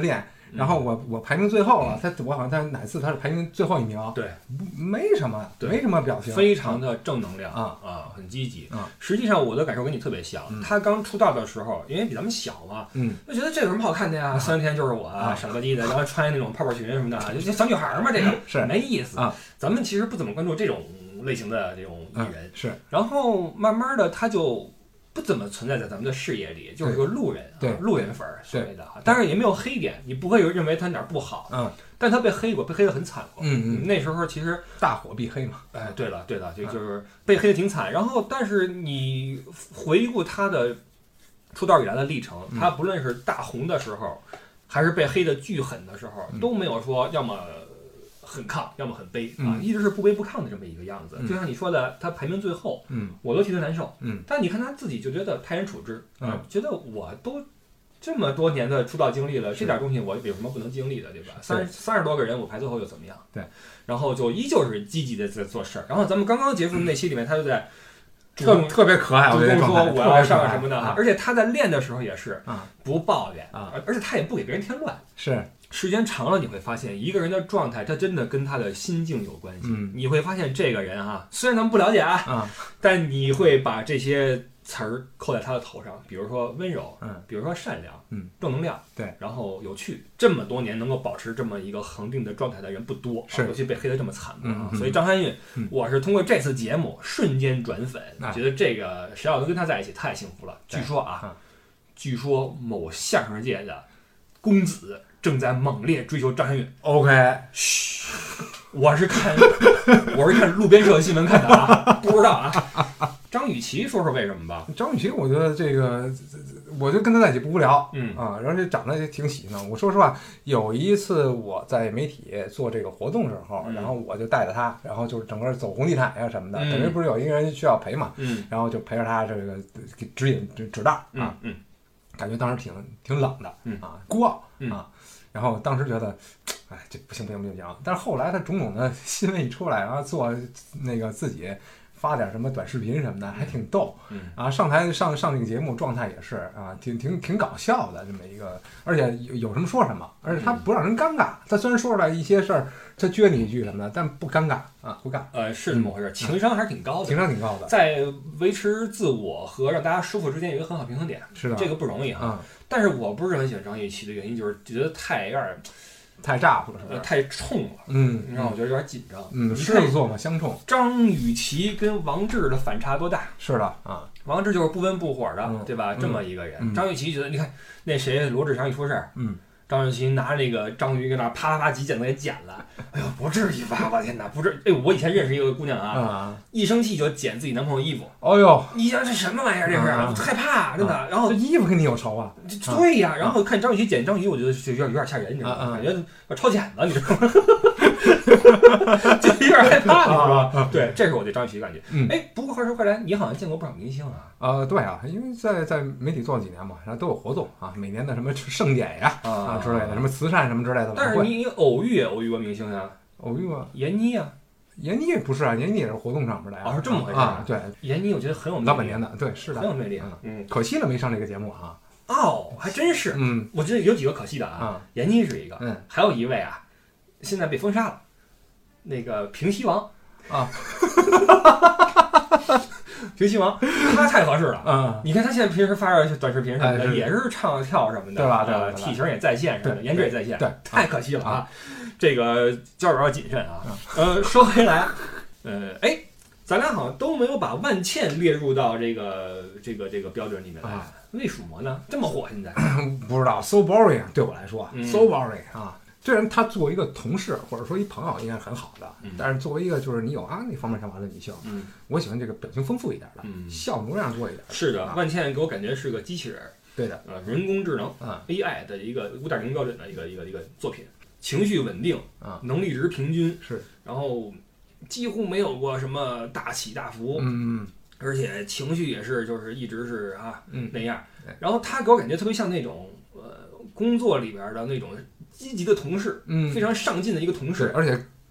然后我我排名最后了，他我好像在哪次他是排名最后一名， 对， 没什么， 对没什么表情， 非常的正能量啊啊，很积极啊。 实际上我的感受跟你特别像， 嗯他刚出道的时候，因为比咱们小嘛， 嗯， 就觉得这有什么好看的呀？三天就是我啊，傻了吧唧的，然后穿那种泡泡裙什么的，就就小女孩嘛，这个是没意思啊。 咱们其实不怎么关注这种类型的这种艺人， 嗯、是。 然后慢慢的他就不怎么存在在咱们的视野里，就是个路人， 对， 啊、路人粉所谓的啊。当然也没有黑点，你不会有认为他哪儿不好， 嗯， 但他被黑过，被黑得很惨过， 嗯嗯， 那时候其实大火必黑嘛， 哎，对了对了，就就是被黑得挺惨。然后，但是你回顾他的出道以来的历程， 嗯、 他不论是大红的时候，还是被黑的巨狠的时候， 嗯、 都没有说要么很亢，要么很悲、 嗯、 啊，一直是不卑不亢的这么一个样子。 嗯、 就像你说的，他排名最后， 嗯， 我都替他难受， 嗯， 但你看他自己就觉得泰然处之， 嗯、 啊，觉得我都这么多年的出道经历了，这点东西我有什么不能经历的，对吧？三三十多个人，我排最后又怎么样？ 对， 然后就依旧是积极的在做事儿。然后咱们刚刚结束的那期里面，他就在特特别可爱， 主动说我要上什么的啊， 而且他在练的时候也是啊， 不抱怨啊， 而且他也不给别人添乱， 是。 时间长了，你会发现一个人的状态，他真的跟他的心境有关系。 嗯， 你会发现这个人啊，虽然咱们不了解啊， 啊， 但你会把这些词儿扣在他的头上，比如说温柔， 嗯， 比如说善良， 嗯， 正能量， 对， 然后有趣。这么多年能够保持这么一个恒定的状态的人不多， 是， 尤其被黑得这么惨的啊。 嗯、 所以张含韵、 嗯， 我是通过这次节目瞬间转粉， 啊、 觉得这个谁要能跟他在一起太幸福了。据说啊， 啊据说某相声界的公子正在猛烈追求张含韵。 OK， 嘘，我是看我是看路边社的新闻看的啊，不知道啊。张雨绮说说为什么吧。 张雨绮，我觉得这个，我就跟他在一起不无聊， 嗯啊，而且长得也挺喜庆。我说实话，有一次我在媒体做这个活动时候， 嗯、 然后我就带着他，然后就是整个走红地毯呀什么的， 嗯、 等于不是有一个人需要陪嘛， 嗯， 然后就陪着他这个指引指指道啊， 嗯嗯， 感觉当时挺挺冷的， 嗯啊，孤傲嗯啊。然后当时觉得，哎，这不行不行不行不行！但是后来他种种的新闻一出来，然后做那个自己发点什么短视频什么的，还挺逗。 嗯啊，上台上上这个节目状态也是啊，挺挺挺搞笑的这么一个，而且有有什么说什么，而且他不让人尴尬。他虽然说出来一些事儿，他撅你一句什么的，但不尴尬啊，不尬。 呃，是这么回事，情商还是挺高的， 情商挺高的， 在维持自我和让大家舒服之间有一个很好平衡点。 是的， 这个不容易哈。 嗯但是我不是很喜欢张雨绮的原因，就是觉得太有点太咋呼了，是吧？ 太冲了， 嗯， 让我觉得有点紧张。 嗯，狮子座嘛，相冲。 张雨绮跟王志的反差多大？ 是的啊， 王志就是不温不火的， 嗯、 对吧？ 嗯、 这么一个人， 嗯、 张雨绮觉得，你看那谁罗志祥一出事儿， 嗯。 张雨绮拿那个章鱼跟那啪啪啪几剪子给剪了，哎呦不至于吧！我天哪，不至！哎，我以前认识一个姑娘啊， 啊一生气就剪自己男朋友衣服。 哦呦， 你想这什么玩意儿？这是、啊、害怕，真的。 啊、 然后这衣服跟你有仇啊？ 对呀、啊，然后看张雨绮剪章鱼，我觉得就有点有点吓人，你知道吗？ 啊、 感觉要抄剪子，你知道吗？就有点害怕，你知道吗？啊、对，这是我对张雨绮的感觉。 嗯， 哎，不过话说回来，你好像见过不少明星啊。 呃，对啊，因为在在媒体做了几年嘛，然后都有活动啊，每年的什么盛典呀啊, 啊之类的，什么慈善什么之类的。 但是你你偶遇也偶遇过明星呀？ 偶遇过闫妮啊？ 闫妮不是啊，闫妮也是活动上面的呀。 哦，是这么回事啊？对， 闫妮我觉得很有魅力， 老板年的，对，是的， 很有魅力。 嗯，可惜了没上这个节目啊。 哦，还真是。 嗯， 我觉得有几个可惜的啊。闫妮是一个， 嗯， 还有一位啊，现在被封杀了，那个平西王啊。 平西王，他太合适了。 嗯， 你看他现在平时发着短视频什么的， 哎、 也是唱跳什么的， 对吧？对吧？ 体型也在线什么的，颜值也在线， 对， 太可惜了啊！ 啊这个交友要谨慎啊。呃，说回来，呃，哎，咱俩好像都没有把万茜列入到这个这个这个标准里面来。 啊、 为什么呢？这么火现在？ 不知道 ，so boring 对我来说、 嗯、 ，so boring 啊。虽然她作为一个同事或者说一朋友应该很好的， 嗯、 但是作为一个就是你有啊那方面想法的女性， 嗯， 我喜欢这个表情丰富一点的， 嗯， 笑模样多一点。 是的， 啊、 万茜给我感觉是个机器人， 对的， 呃，人工智能啊、 嗯、A I 的一个五点零标准的一个一个一个作品，情绪稳定啊， 能力值平均是， 然后几乎没有过什么大起大伏， 嗯嗯， 而且情绪也是就是一直是啊、 嗯、 那样，然后他给我感觉特别像那种呃工作里边的那种积极的同事， 嗯， 非常上进的一个同事， 而且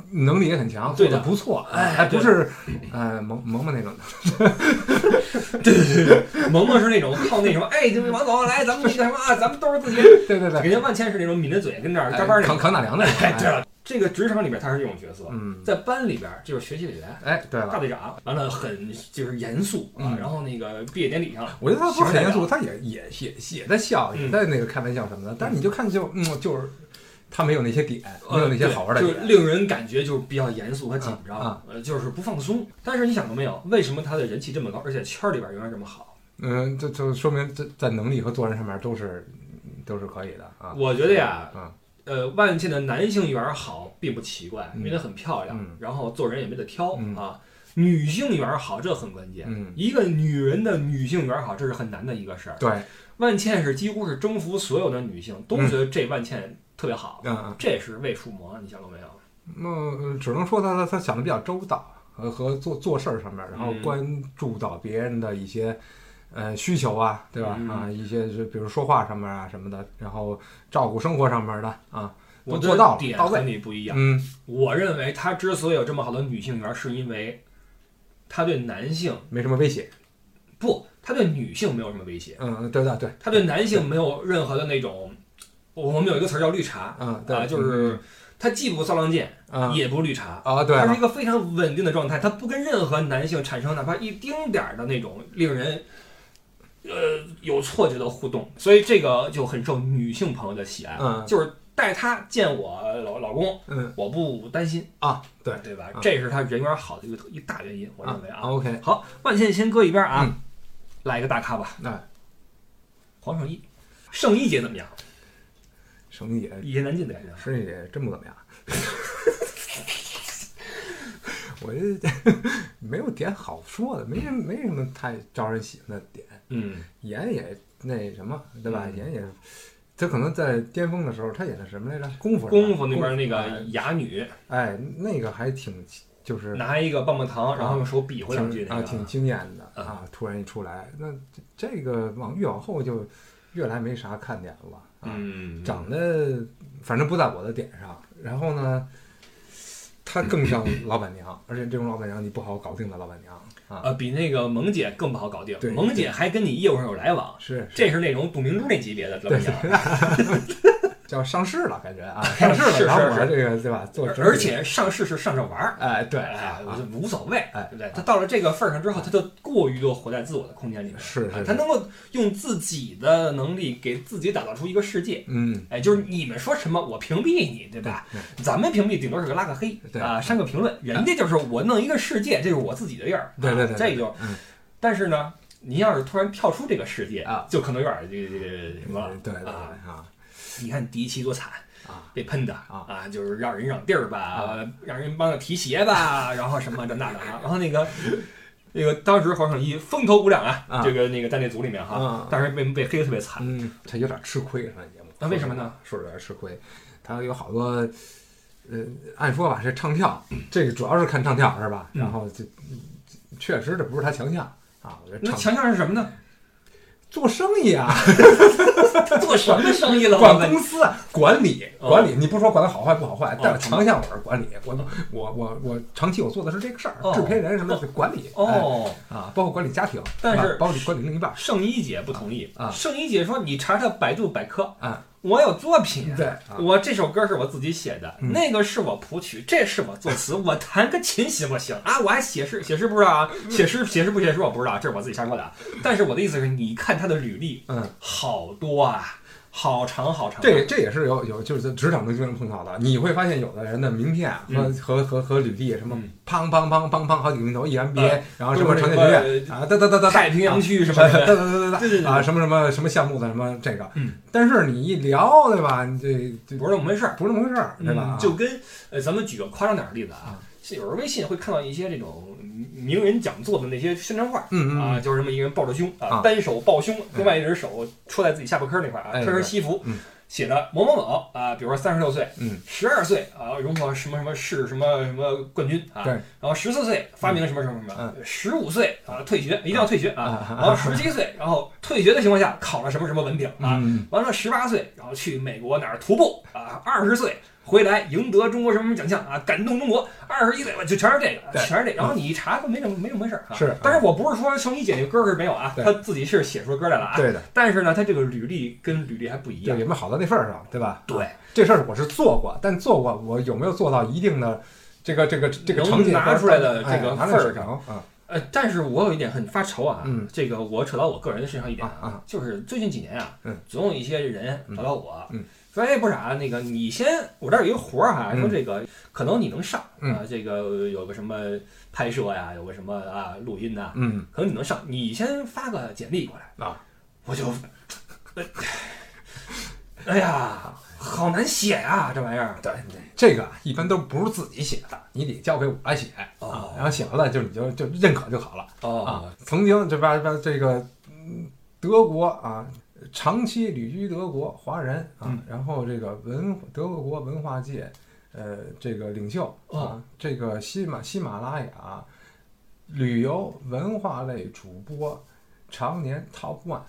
能力也很强， 对的做的不错， 哎还不是呃萌萌萌那种的。 对对对对，萌萌是那种靠那种，哎，这位王总来，咱们那个什么啊，咱们都是自己人。 对对对， 人家万千是那种抿着嘴跟这儿加班那种扛扛大梁的人。 哎，对了，这个职场里边他是这种角色， 嗯， 在班里边就是学习委员。 哎，对了， 大队长，完了很就是严肃啊， 嗯然后那个毕业典礼上， 我觉得他不是很严肃，他也也也也在笑，也在那个开玩笑什么的，但是你就看就嗯就是他没有那些点，没有那些好玩的点， 就令人感觉就是比较严肃和紧张， 啊呃，就是不放松。但是你想过没有，为什么他的人气这么高，而且圈里边永远这么好？ 嗯，这就说明这在能力和做人上面都是都是可以的啊。 我觉得呀， 啊， 呃，万茜的男性缘好并不奇怪，因为她很漂亮， 嗯然后做人也没得挑、 嗯、 啊。女性缘好，这很关键。 嗯， 一个女人的女性缘好，这是很难的一个事儿。 对， 万茜是几乎是征服所有的女性，都觉得这万茜特别好。 嗯嗯， 这是为数魔，你想过没有？ 那、呃、只能说他他他想的比较周到，和和做做事儿上面，然后关注到别人的一些。呃，需求啊，对吧？ 嗯、 啊，一些是比如说话上面啊什么的，然后照顾生活上面的啊，都我做到了， 点到位。 和你不一样。 嗯， 我认为他之所以有这么好的女性缘，是因为他对男性没什么威胁。 不，他对女性没有什么威胁。 嗯，对的，对。 他对男性没有任何的那种，我们有一个词儿叫绿茶。 嗯，对， 啊，就是他既不骚浪贱， 嗯、 也不绿茶。 啊，对。 他是一个非常稳定的状态，他不跟任何男性产生哪怕一丁点儿的那种令人。呃，有错觉的互动，所以这个就很受女性朋友的喜爱。 嗯， 就是带他见我老老公， 嗯， 我不担心啊，对对吧？ 嗯、 这是他人缘好的一个一大原因，我认为啊。 啊 OK， 好，万茜先搁一边啊， 嗯、 来一个大咖吧。 哎， 黄圣依，圣依姐怎么样？ 圣依姐一言难尽的感觉。 圣依姐真不怎么样。我这没有点好说的，没什没什么太招人喜欢的点。 嗯， 演也那什么，对吧？嗯、演也，他可能在巅峰的时候，他演的什么来着？功夫。 功夫那边那个哑女， 哎，那个还挺就是拿一个棒棒糖，然后用手比划两句那个， 啊，挺惊艳的啊！突然一出来，那这个往越往后就越来没啥看点了。啊、 嗯， 长得反正不在我的点上，然后呢？她更像老板娘，而且这种老板娘你不好搞定的老板娘啊， 呃，比那个萌姐更不好搞定。 对， 萌姐还跟你业务上有来往， 是，是这是那种董明珠那级别的老板娘， 叫上市了，感觉啊，上市了，然后我这个对吧？做， 而且上市是上着玩儿， 哎，对， 哎，我就无所谓， 哎， 对不对？他到了这个份儿上之后，他就过于的活在自我的空间里面， 是是， 他能够用自己的能力给自己打造出一个世界， 嗯， 哎，就是你们说什么，我屏蔽你，对吧？咱们屏蔽顶多是个拉个黑啊，删个评论，人家就是我弄一个世界，这是我自己的地儿， 对对对， 这就，但是呢，您要是突然跳出这个世界啊， 就可能有点这个这个什么了， 对对啊啊， 你看第一期多惨。 啊， 被喷的啊啊，就是让人让地儿吧， 啊、 让人帮着提鞋吧，然后什么这那的啊，然后那个那个当时黄圣依风头无两啊， 啊这个那个在那组里面哈， 啊、 但是被被黑的特别惨， 嗯，他有点吃亏上节目， 那为什么呢？ 说有点吃亏，他有好多，呃，按说吧是唱跳，这个主要是看唱跳是吧？ 嗯、 然后就确实这不是他强项啊，我觉得那强项是什么呢？ 做生意啊， 做什么生意了？ 管公司、管理、管理，你不说管的好坏不好坏，但是强项我是管理。我我我我长期我做的是这个事儿，制片人什么的管理。 哦啊，包括管理家庭， 但是包括管理另一半。 圣依姐不同意啊， 圣依姐说你查查百度百科啊。 我有作品， 对， 我这首歌是我自己写的， 嗯、 那个是我谱曲，这是我作词，我弹个琴行不行啊？我还写诗，写诗不知道啊，写诗写诗不写诗我不知道，这是我自己瞎说的。但是我的意思是，你看他的履历， 嗯， 好多啊，好长好长。 这这也是有有就是在职场中经常碰到的，你会发现有的人的名片和、 嗯、 和和和履历什么砰砰砰砰砰好几个名头 ，E M B A，、 嗯、 然后什么长江学院啊，哒哒哒哒， 太平洋区什么哒哒哒哒哒啊，什么什么什么项目的什么这个， 嗯， 但是你一聊对吧，你这不是那么回事儿， 不是那么回事儿，对吧？ 嗯、就跟呃，咱们举个夸张点的例子啊。有时候微信会看到一些这种名人讲座的那些宣传画， 嗯嗯啊，就是这么一个人抱着胸啊， 啊单手抱胸，另外一只手戳在自己下巴颏那块啊，穿身西服， 嗯、 写的某某某啊，比如说三十六岁， 嗯， 十二岁啊，荣获什么什么市什么什么冠军啊， 对， 然后十四岁发明什么什么什么，十五岁啊退学，一定要退学啊， 啊然后十七岁，然后退学的情况下考了什么什么文凭啊， 嗯、 完了十八岁，然后去美国哪儿徒步啊，二十岁。 回来赢得中国什么什么奖项啊，感动中国二十一岁吧，就全是这个， 对全是这个。然后你一查，没这么没这么回事儿啊。 是， 但是我不是说圣一姐那个歌是没有啊，她自己是写出歌来了啊。 对的。 但是呢，她这个履历跟履历还不一样， 对，有没有好到那份儿上，对吧？ 对， 这事儿我是做过，但做过我有没有做到一定的这个这个这个成绩拿出来的这个份儿上啊？ 呃，但是我有一点很发愁啊， 嗯， 这个我扯到我个人的身上一点啊啊， 就是最近几年啊， 嗯， 总有一些人找到我， 嗯， 说哎，不是啊，那个你先，我这儿有一个活儿哈， 嗯说这个可能你能上嗯啊，这个有个什么拍摄呀，有个什么啊录音呐， 嗯， 可能你能上，你先发个简历过来啊， 我就，哎呀。好难写呀、啊，这玩意儿。 对对，这个一般都不是自己写的，你得交给我来写、 哦、 啊，然后写完了就你就就认可就好了。 哦啊，曾经这边边这个嗯德国啊，长期旅居德国华人啊， 嗯、 然后这个文德国文化界呃这个领袖啊， 哦、 这个喜马喜马拉雅旅游文化类主播，常年 top one。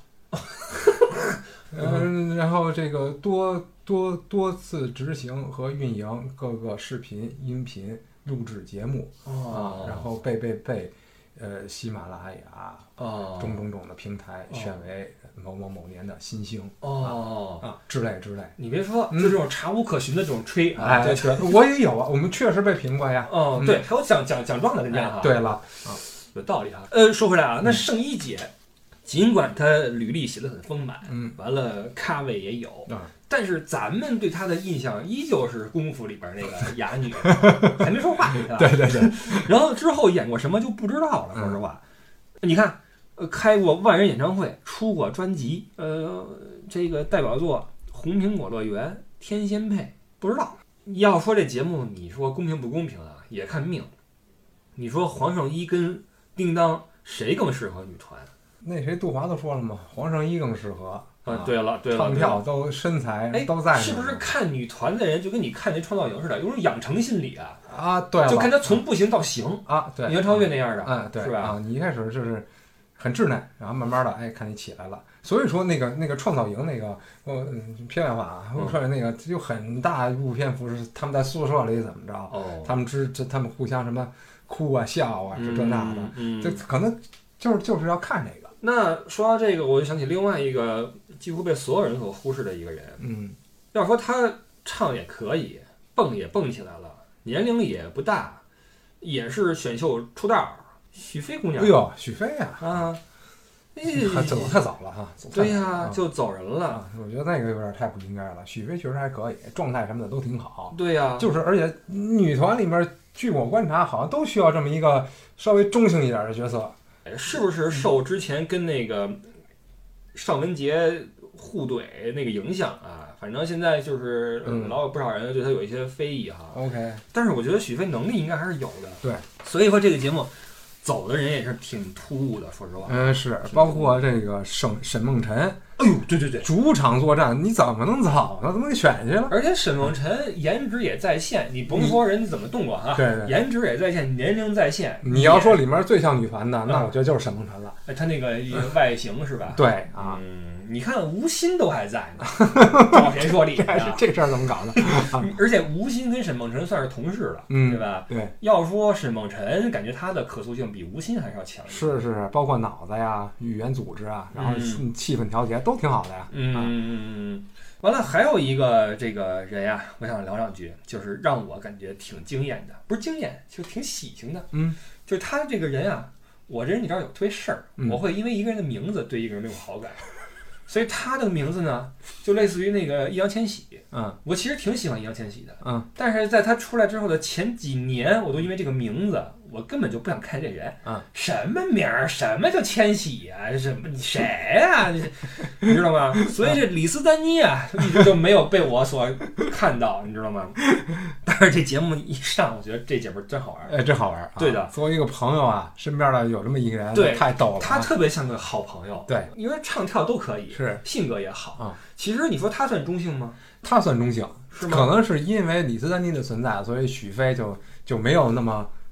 嗯，然后这个多多多次执行和运营各个视频、音频录制节目、 哦、 啊，然后被被被呃喜马拉雅哦种种种的平台选为某某某年的新星哦啊之类之类。 你别说，就这种查无可寻的这种吹啊， 哎，对，我也有啊，我们确实被评过呀。 哦，对，还有奖奖奖状的人家哈。 对了啊， 有道理哈。呃，说回来啊，那圣一姐。尽管他履历写得很丰满， 嗯， 完了咖位也有， 嗯， 但是咱们对他的印象依旧是功夫里边那个哑女，还没说话， 对对对。 然后之后演过什么就不知道了，说实话。嗯、你看，呃，开过万人演唱会，出过专辑，呃，这个代表作《红苹果乐园》《天仙配》，不知道。要说这节目，你说公平不公平啊？也看命。你说黄圣依跟叮当谁更适合女团？ 那谁杜华都说了嘛，黄圣依更适合啊！对了对了， 唱跳都身材都在， 是不是看女团的人就跟你看那创造营似的，有种养成心理啊？ 啊，对， 就看他从不行到行啊，对， 杨超越那样的， 嗯，对， 是吧？ 啊，你一开始就是很稚嫩，然后慢慢的，哎，看你起来了。所以说那个那个创造营那个，呃，片外话啊，我说那个有很大一部篇幅是他们在宿舍里怎么着， 哦， 他们之这他们互相什么哭啊笑啊，是这那的， 嗯， 这可能就是就是要看这个。 那说到这个，我就想起另外一个几乎被所有人所忽视的一个人。 嗯， 要说他唱也可以，蹦也蹦起来了，年龄也不大，也是选秀出道，许飞姑娘。 哎呦，许飞呀！ 啊， 哎，走太早了哈。 对呀、啊， 嗯、 就走人了、 啊。我觉得那个有点太不应该了。许飞确实还可以，状态什么的都挺好。 对呀、啊， 就是而且女团里面，据我观察，好像都需要这么一个稍微中性一点的角色。 是不是受之前跟那个尚雯婕互怼那个影响啊？反正现在就是老有不少人对他有一些非议哈。 OK， 但是我觉得许飞能力应该还是有的。 对， 所以说这个节目走的人也是挺突兀的，说实话。 嗯，是，包括这个沈沈梦辰。 哎呦，对对对， 主场作战你怎么能走呢？怎么给选下去了？ 而且沈梦辰颜值也在线，你甭说人家怎么动过哈， 对对， 颜值也在线，年龄在线。 你要说里面最像女团的，那我觉得就是沈梦辰了。 哎，他那个外形是吧？ 对啊， 嗯，你看吴昕都还在呢，找谁说理呢？ 这事儿怎么搞的？ 而且吴昕跟沈梦辰算是同事了， 嗯， 对吧？ 对。 要说沈梦辰，感觉他的可塑性比吴昕还是要强一些。 是是，包括脑子呀、语言组织啊，然后气氛调节都挺好的呀。 嗯嗯嗯嗯。完了，还有一个这个人呀，我想聊两句，就是让我感觉挺惊艳的，不是惊艳，就挺喜庆的。 嗯， 就是他这个人啊，我这人你知道有特别事儿， 嗯、 我会因为一个人的名字对一个人没有好感，所以他的名字呢，就类似于那个易烊千玺。 嗯， 我其实挺喜欢易烊千玺的。 嗯， 但是在他出来之后的前几年，我都因为这个名字，我根本就不想看这人。 嗯， 什么名儿？什么叫千玺呀？什么谁呀？你你知道吗？所以这李斯丹妮啊，一直就没有被我所看到，你知道吗？但是这节目一上，我觉得这节目真好玩。 哎，真好玩。啊、 对的， 作为一个朋友啊，身边的有这么一个人， 对， 太逗了、啊。 他特别像个好朋友。 对， 因为唱跳都可以， 是性格也好。 啊、嗯， 其实你说他算中性吗？ 他算中性， 是吗？ 可能是因为李斯丹妮的存在，所以许飞就就没有那么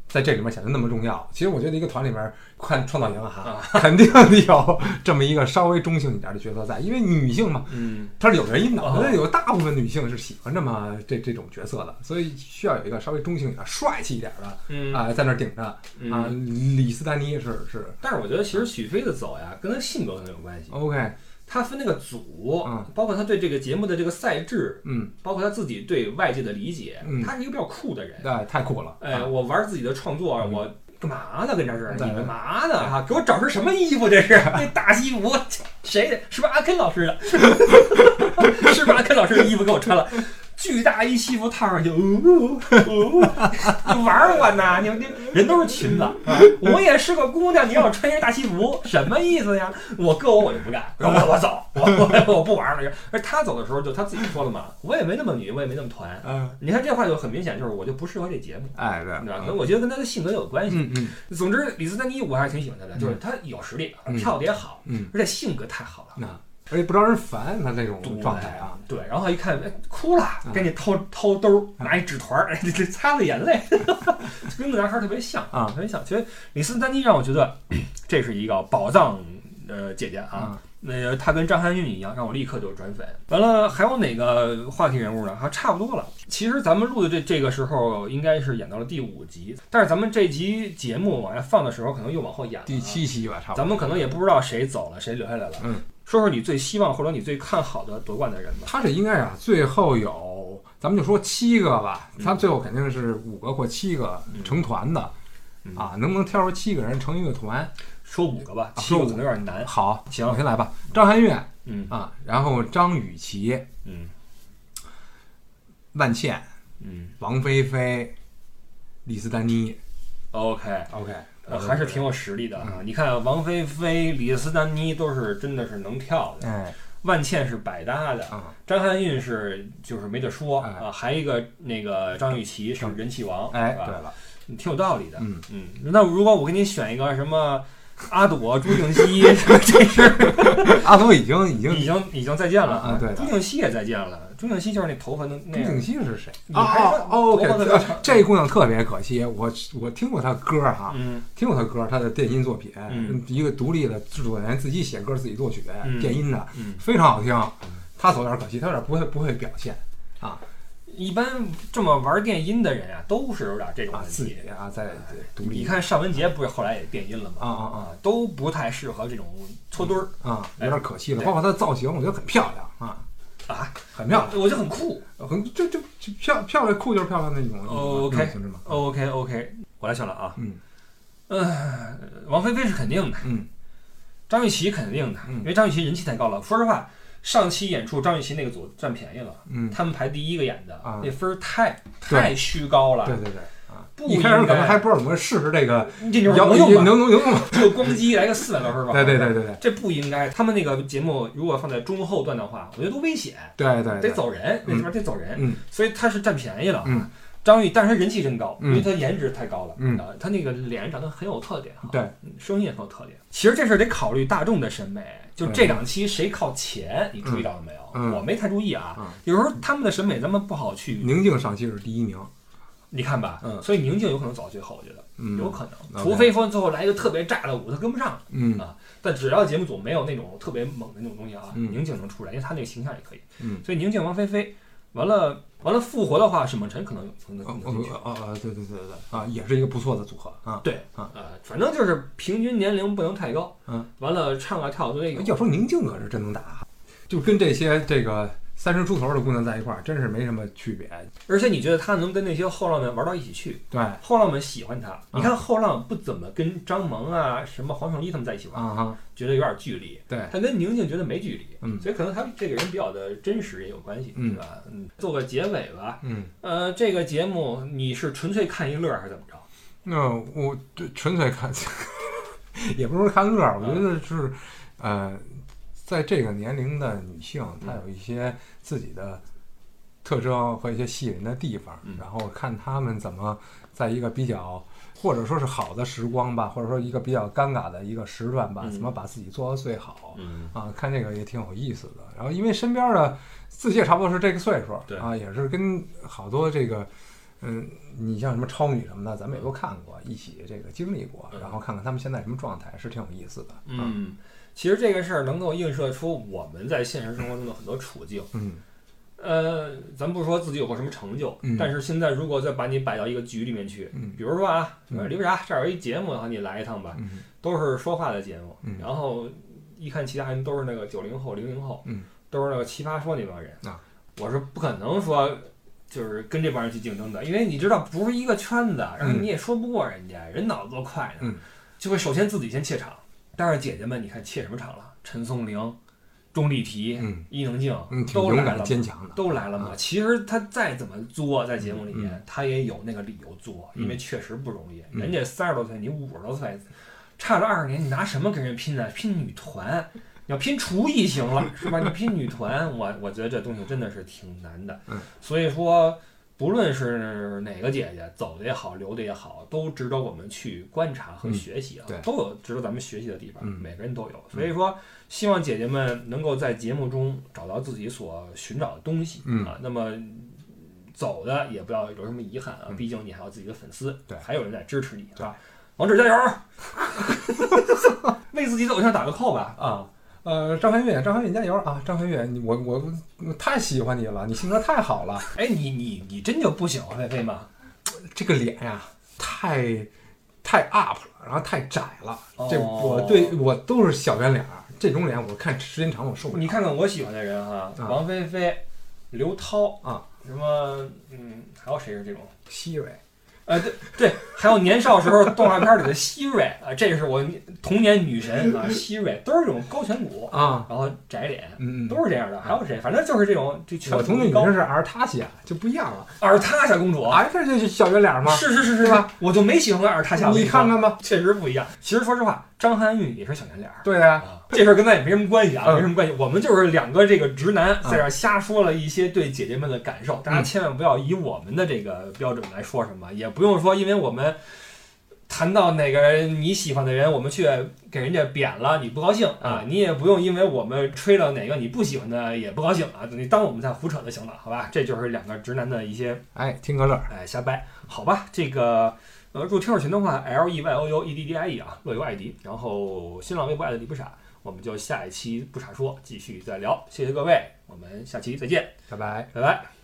在这里面显得那么重要。其实我觉得一个团里面看创造营哈， 啊肯定得有这么一个稍微中性一点的角色在，因为女性嘛， 嗯， 它是有原因的。 哦我觉得有大部分女性是喜欢这么这这种角色的，所以需要有一个稍微中性一点、帅气一点的嗯啊、在那儿顶着啊。 嗯李斯丹妮是是但是我觉得其实许飞的走呀，跟他性格很有关系。 OK， 他分那个组， 嗯包括他对这个节目的这个赛制， 嗯， 包括他自己对外界的理解， 嗯他是一个比较酷的人。 对，太酷了。 哎， 啊我玩自己的创作， 嗯我干嘛呢？跟这是对你干嘛呢？哈，给我找身什么衣服？这是那大西服，谁的？是不是阿 Ken 老师的？是不是阿 Ken 老师的衣服给我穿了？巨大一西服套上去，哦哦，你玩我呢？你们人都是裙子，啊我也是个姑娘，你让我穿一身大西服，什么意思呀？我搁我我就不干，我我走，我我我不玩了。而他走的时候就他自己说了嘛，我也没那么女，我也没那么团。 嗯， 你看这话就很明显，就是我就不适合这节目。 哎对， 对吧？可能我觉得跟他的性格有关系。 嗯嗯总之，李斯丹妮我还是挺喜欢他的， 嗯就是他有实力， 嗯跳的也好， 嗯， 而且性格太好了。 那而且不招人烦，他这种对状态啊。 对，然后一看，哎，哭了， 嗯赶紧掏掏兜，拿一纸团，哎，这这擦着眼泪，跟个男孩特别像啊特别像。其实李斯丹妮让我觉得这是一个宝藏呃姐姐啊。那个她跟张含韵一样，让我立刻就转粉。完了，还有哪个话题人物呢？还差不多了。其实咱们录的这这个时候应该是演到了第五集，但是咱们这集节目往下放的时候，可能又往后演了。 第七期吧，差不多。 咱们可能也不知道谁走了，谁留下来了。 嗯， 说说你最希望或者你最看好的夺冠的人吧。 他这应该啊，最后有咱们就说七个吧，他最后肯定是五个或七个成团的、 嗯、 啊，能不能挑出七个人成一个团？ 说五个吧， 啊七个可能有点难。 好， 行， 我先来吧。张含韵， 嗯啊，然后张雨绮， 嗯， 万茜， 嗯， 王菲菲，李斯丹妮。 OK OK， 呃，还是挺有实力的啊！你看王菲菲、李斯丹妮都是真的是能跳的， 哎， 万茜是百搭的， 啊， 张含韵是就是没得说哎啊，还一个那个张雨绮是人气王， 哎， 是吧对了， 挺有道理的。 嗯嗯，那如果我给你选一个什么阿朵、朱婧汐，这是阿朵已经已经已经已经再见了啊对的朱婧汐也再见了。朱婧汐就是那头发那那样朱婧汐是谁？ 你哦哦还说哦，OK， 头发特别长这姑娘特别可惜，我我听过她歌哈， 嗯听过她歌，她的电音作品， 嗯一个独立的制作人，自己写歌自己作曲， 嗯电音的， 嗯， 非常好听。她走有点可惜，她有点不会不会表现啊一般这么玩电音的人啊，都是有点这种啊自问题。 己啊在独立。 你看尚雯婕不是后来也电音了吗？ 啊啊啊啊，都不太适合这种搓堆儿啊，有点可惜了。 对包括她的造型，我觉得很漂亮啊， 啊， 很漂亮， 我觉得很酷。 很就就就漂漂亮酷就是漂亮那种。 哦 OK 那种形式嘛。 OK OK，我来选了啊。 嗯嗯，王菲菲是肯定的， 嗯张雨绮肯定的， 嗯因为张雨绮人气太高了。说实话，上期演出张雨绮那个组占便宜了， 嗯， 他们排第一个演的啊那分儿太对太虚高了。 对对对啊， 不一开始可能应该还不知道怎么试试这个， 这就是能能用吧？ 能能用吗？ 就咣叽来个四百多分吧。 对对对对对这不应该。他们那个节目如果放在中后段的话，我觉得多危险， 对对， 得走人，那里边得走人， 嗯所以他是占便宜了。 嗯， 张宇，但是他人气真高， 嗯因为他颜值太高了。 嗯啊，他那个脸长得很有特点哈。 对嗯，声音也很有特点。其实这事得考虑大众的审美，就这两期谁靠前，你注意到了没有？ 嗯我没太注意啊。 嗯有时候他们的审美咱们不好去， 宁静上期是第一名， 你看吧。 嗯所以宁静有可能走到最后，我觉得嗯， 有可能， OK 除非说最后来一个特别炸的舞，他跟不上。 嗯啊但只要节目组没有那种特别猛的那种东西啊， 嗯宁静能出来，因为他那个形象也可以。 嗯， 所以宁静、王菲菲，完了完了复活的话，沈梦辰可能有可能哦能进去。 哦哦，对对对对对啊，也是一个不错的组合啊。 对啊呃，反正就是平均年龄不能太高。 嗯， 完了唱啊跳都得有。 要说宁静可是真能打，就跟这些这个三十出头的姑娘在一块儿，真是没什么区别。 而且你觉得他能跟那些后浪们玩到一起去？ 对后浪们喜欢他。你看后浪不怎么跟张萌啊、什么黄圣依他们在一起玩， 啊哈， 觉得有点距离。 对， 他跟宁静觉得没距离， 嗯所以可能他这个人比较的真实也有关系， 嗯是吧？嗯，做个结尾吧。 嗯， 呃，这个节目你是纯粹看一乐还是怎么着？ 那我对纯粹看，也不是说看乐儿，我觉得是，呃，在这个年龄的女性，她有一些自己的特征和一些吸引人的地方， 嗯然后看她们怎么在一个比较或者说是好的时光吧，或者说一个比较尴尬的一个时段吧， 嗯怎么把自己做到最好。 嗯啊，看这个也挺有意思的。然后因为身边的自己也差不多是这个岁数， 对啊，也是跟好多这个嗯，你像什么超女什么的，咱们也都看过，一起这个经历过， 嗯然后看看他们现在什么状态，是挺有意思的。 嗯，其实这个事儿能够映射出我们在现实生活中的很多处境。 嗯呃，咱不说自己有过什么成就， 嗯但是现在如果再把你摆到一个局里面去， 嗯比如说啊， 嗯李为啥这儿有一节目，然后你来一趟吧， 嗯都是说话的节目， 嗯然后一看其他人都是那个九零后、零零后， 嗯都是那个奇葩说那帮人啊， 我是不可能说就是跟这帮人去竞争的，因为你知道不是一个圈子，然后你也说不过人家，人脑子多快呢， 嗯就会首先自己先怯场。但是姐姐们，你看怯什么场了？陈松伶、钟丽缇、 嗯伊能静嗯，挺勇敢都来了， 坚强的。 都来了嘛。 啊其实他再怎么作，在节目里嗯面，他也有那个理由作， 嗯因为确实不容易。 嗯人家三十多岁，你五十多岁，差了二十年，你拿什么跟人拼呢？拼女团，你要拼厨艺行了，是吧？你拼女团，我我觉得这东西真的是挺难的。 嗯， 所以说。不论是哪个姐姐走的也好，留的也好，都值得我们去观察和学习啊， 嗯对都有值得咱们学习的地方， 嗯每个人都有。所以说，希望姐姐们能够在节目中找到自己所寻找的东西、 嗯啊。那么走的也不要有什么遗憾啊， 嗯毕竟你还有自己的粉丝， 对还有人在支持你对啊。王志加油，为自己的偶像打个 call 吧啊！ 呃，张含韵，张含韵加油啊！张含韵，你我我我太喜欢你了，你性格太好了。 哎，你你你真就不喜欢菲菲吗？ 这个脸呀，太太 up 了，然后太窄了。 哦这我对我都是小圆脸儿，这种脸我看时间长我受不了。 你看看我喜欢的人哈、 啊王菲菲、刘涛啊， 什么嗯，还有谁是这种？ 希蕊， 呃，对对，还有年少时候动画片里的希瑞啊，这是我童年女神啊，希瑞都是这种高颧骨啊， 然后窄脸， 嗯嗯， 都是这样的。还有谁？反正就是这种这颧骨我童年女高神是阿尔塔西亚，就不一样了。 阿尔塔夏公主， 啊，这就是小圆脸吗？ 是是是是是吧？ 我就没喜欢过阿尔塔夏， 你看看吧。 确实不一样。其实说实话，张含韵也是小圆脸儿。 对呀、 啊，这事儿跟咱也没什么关系啊， 嗯没什么关系。我们就是两个这个直男在这儿瞎说了一些对姐姐们的感受，大家千万不要以我们的这个标准来说什么，也不用说因为我们谈到哪个你喜欢的人，我们去给人家贬了，你不高兴啊，你也不用因为我们吹了哪个你不喜欢的也不高兴啊，你当我们在胡扯就行了，好吧？这就是两个直男的一些哎，听个乐。 哎瞎掰，好吧？这个。呃，入听友群的话 ，L E Y O U E D D I E 啊，乐游艾迪，然后新浪微博艾特李不傻，我们就下一期不傻说继续再聊，谢谢各位，我们下期再见， 拜拜。 拜拜。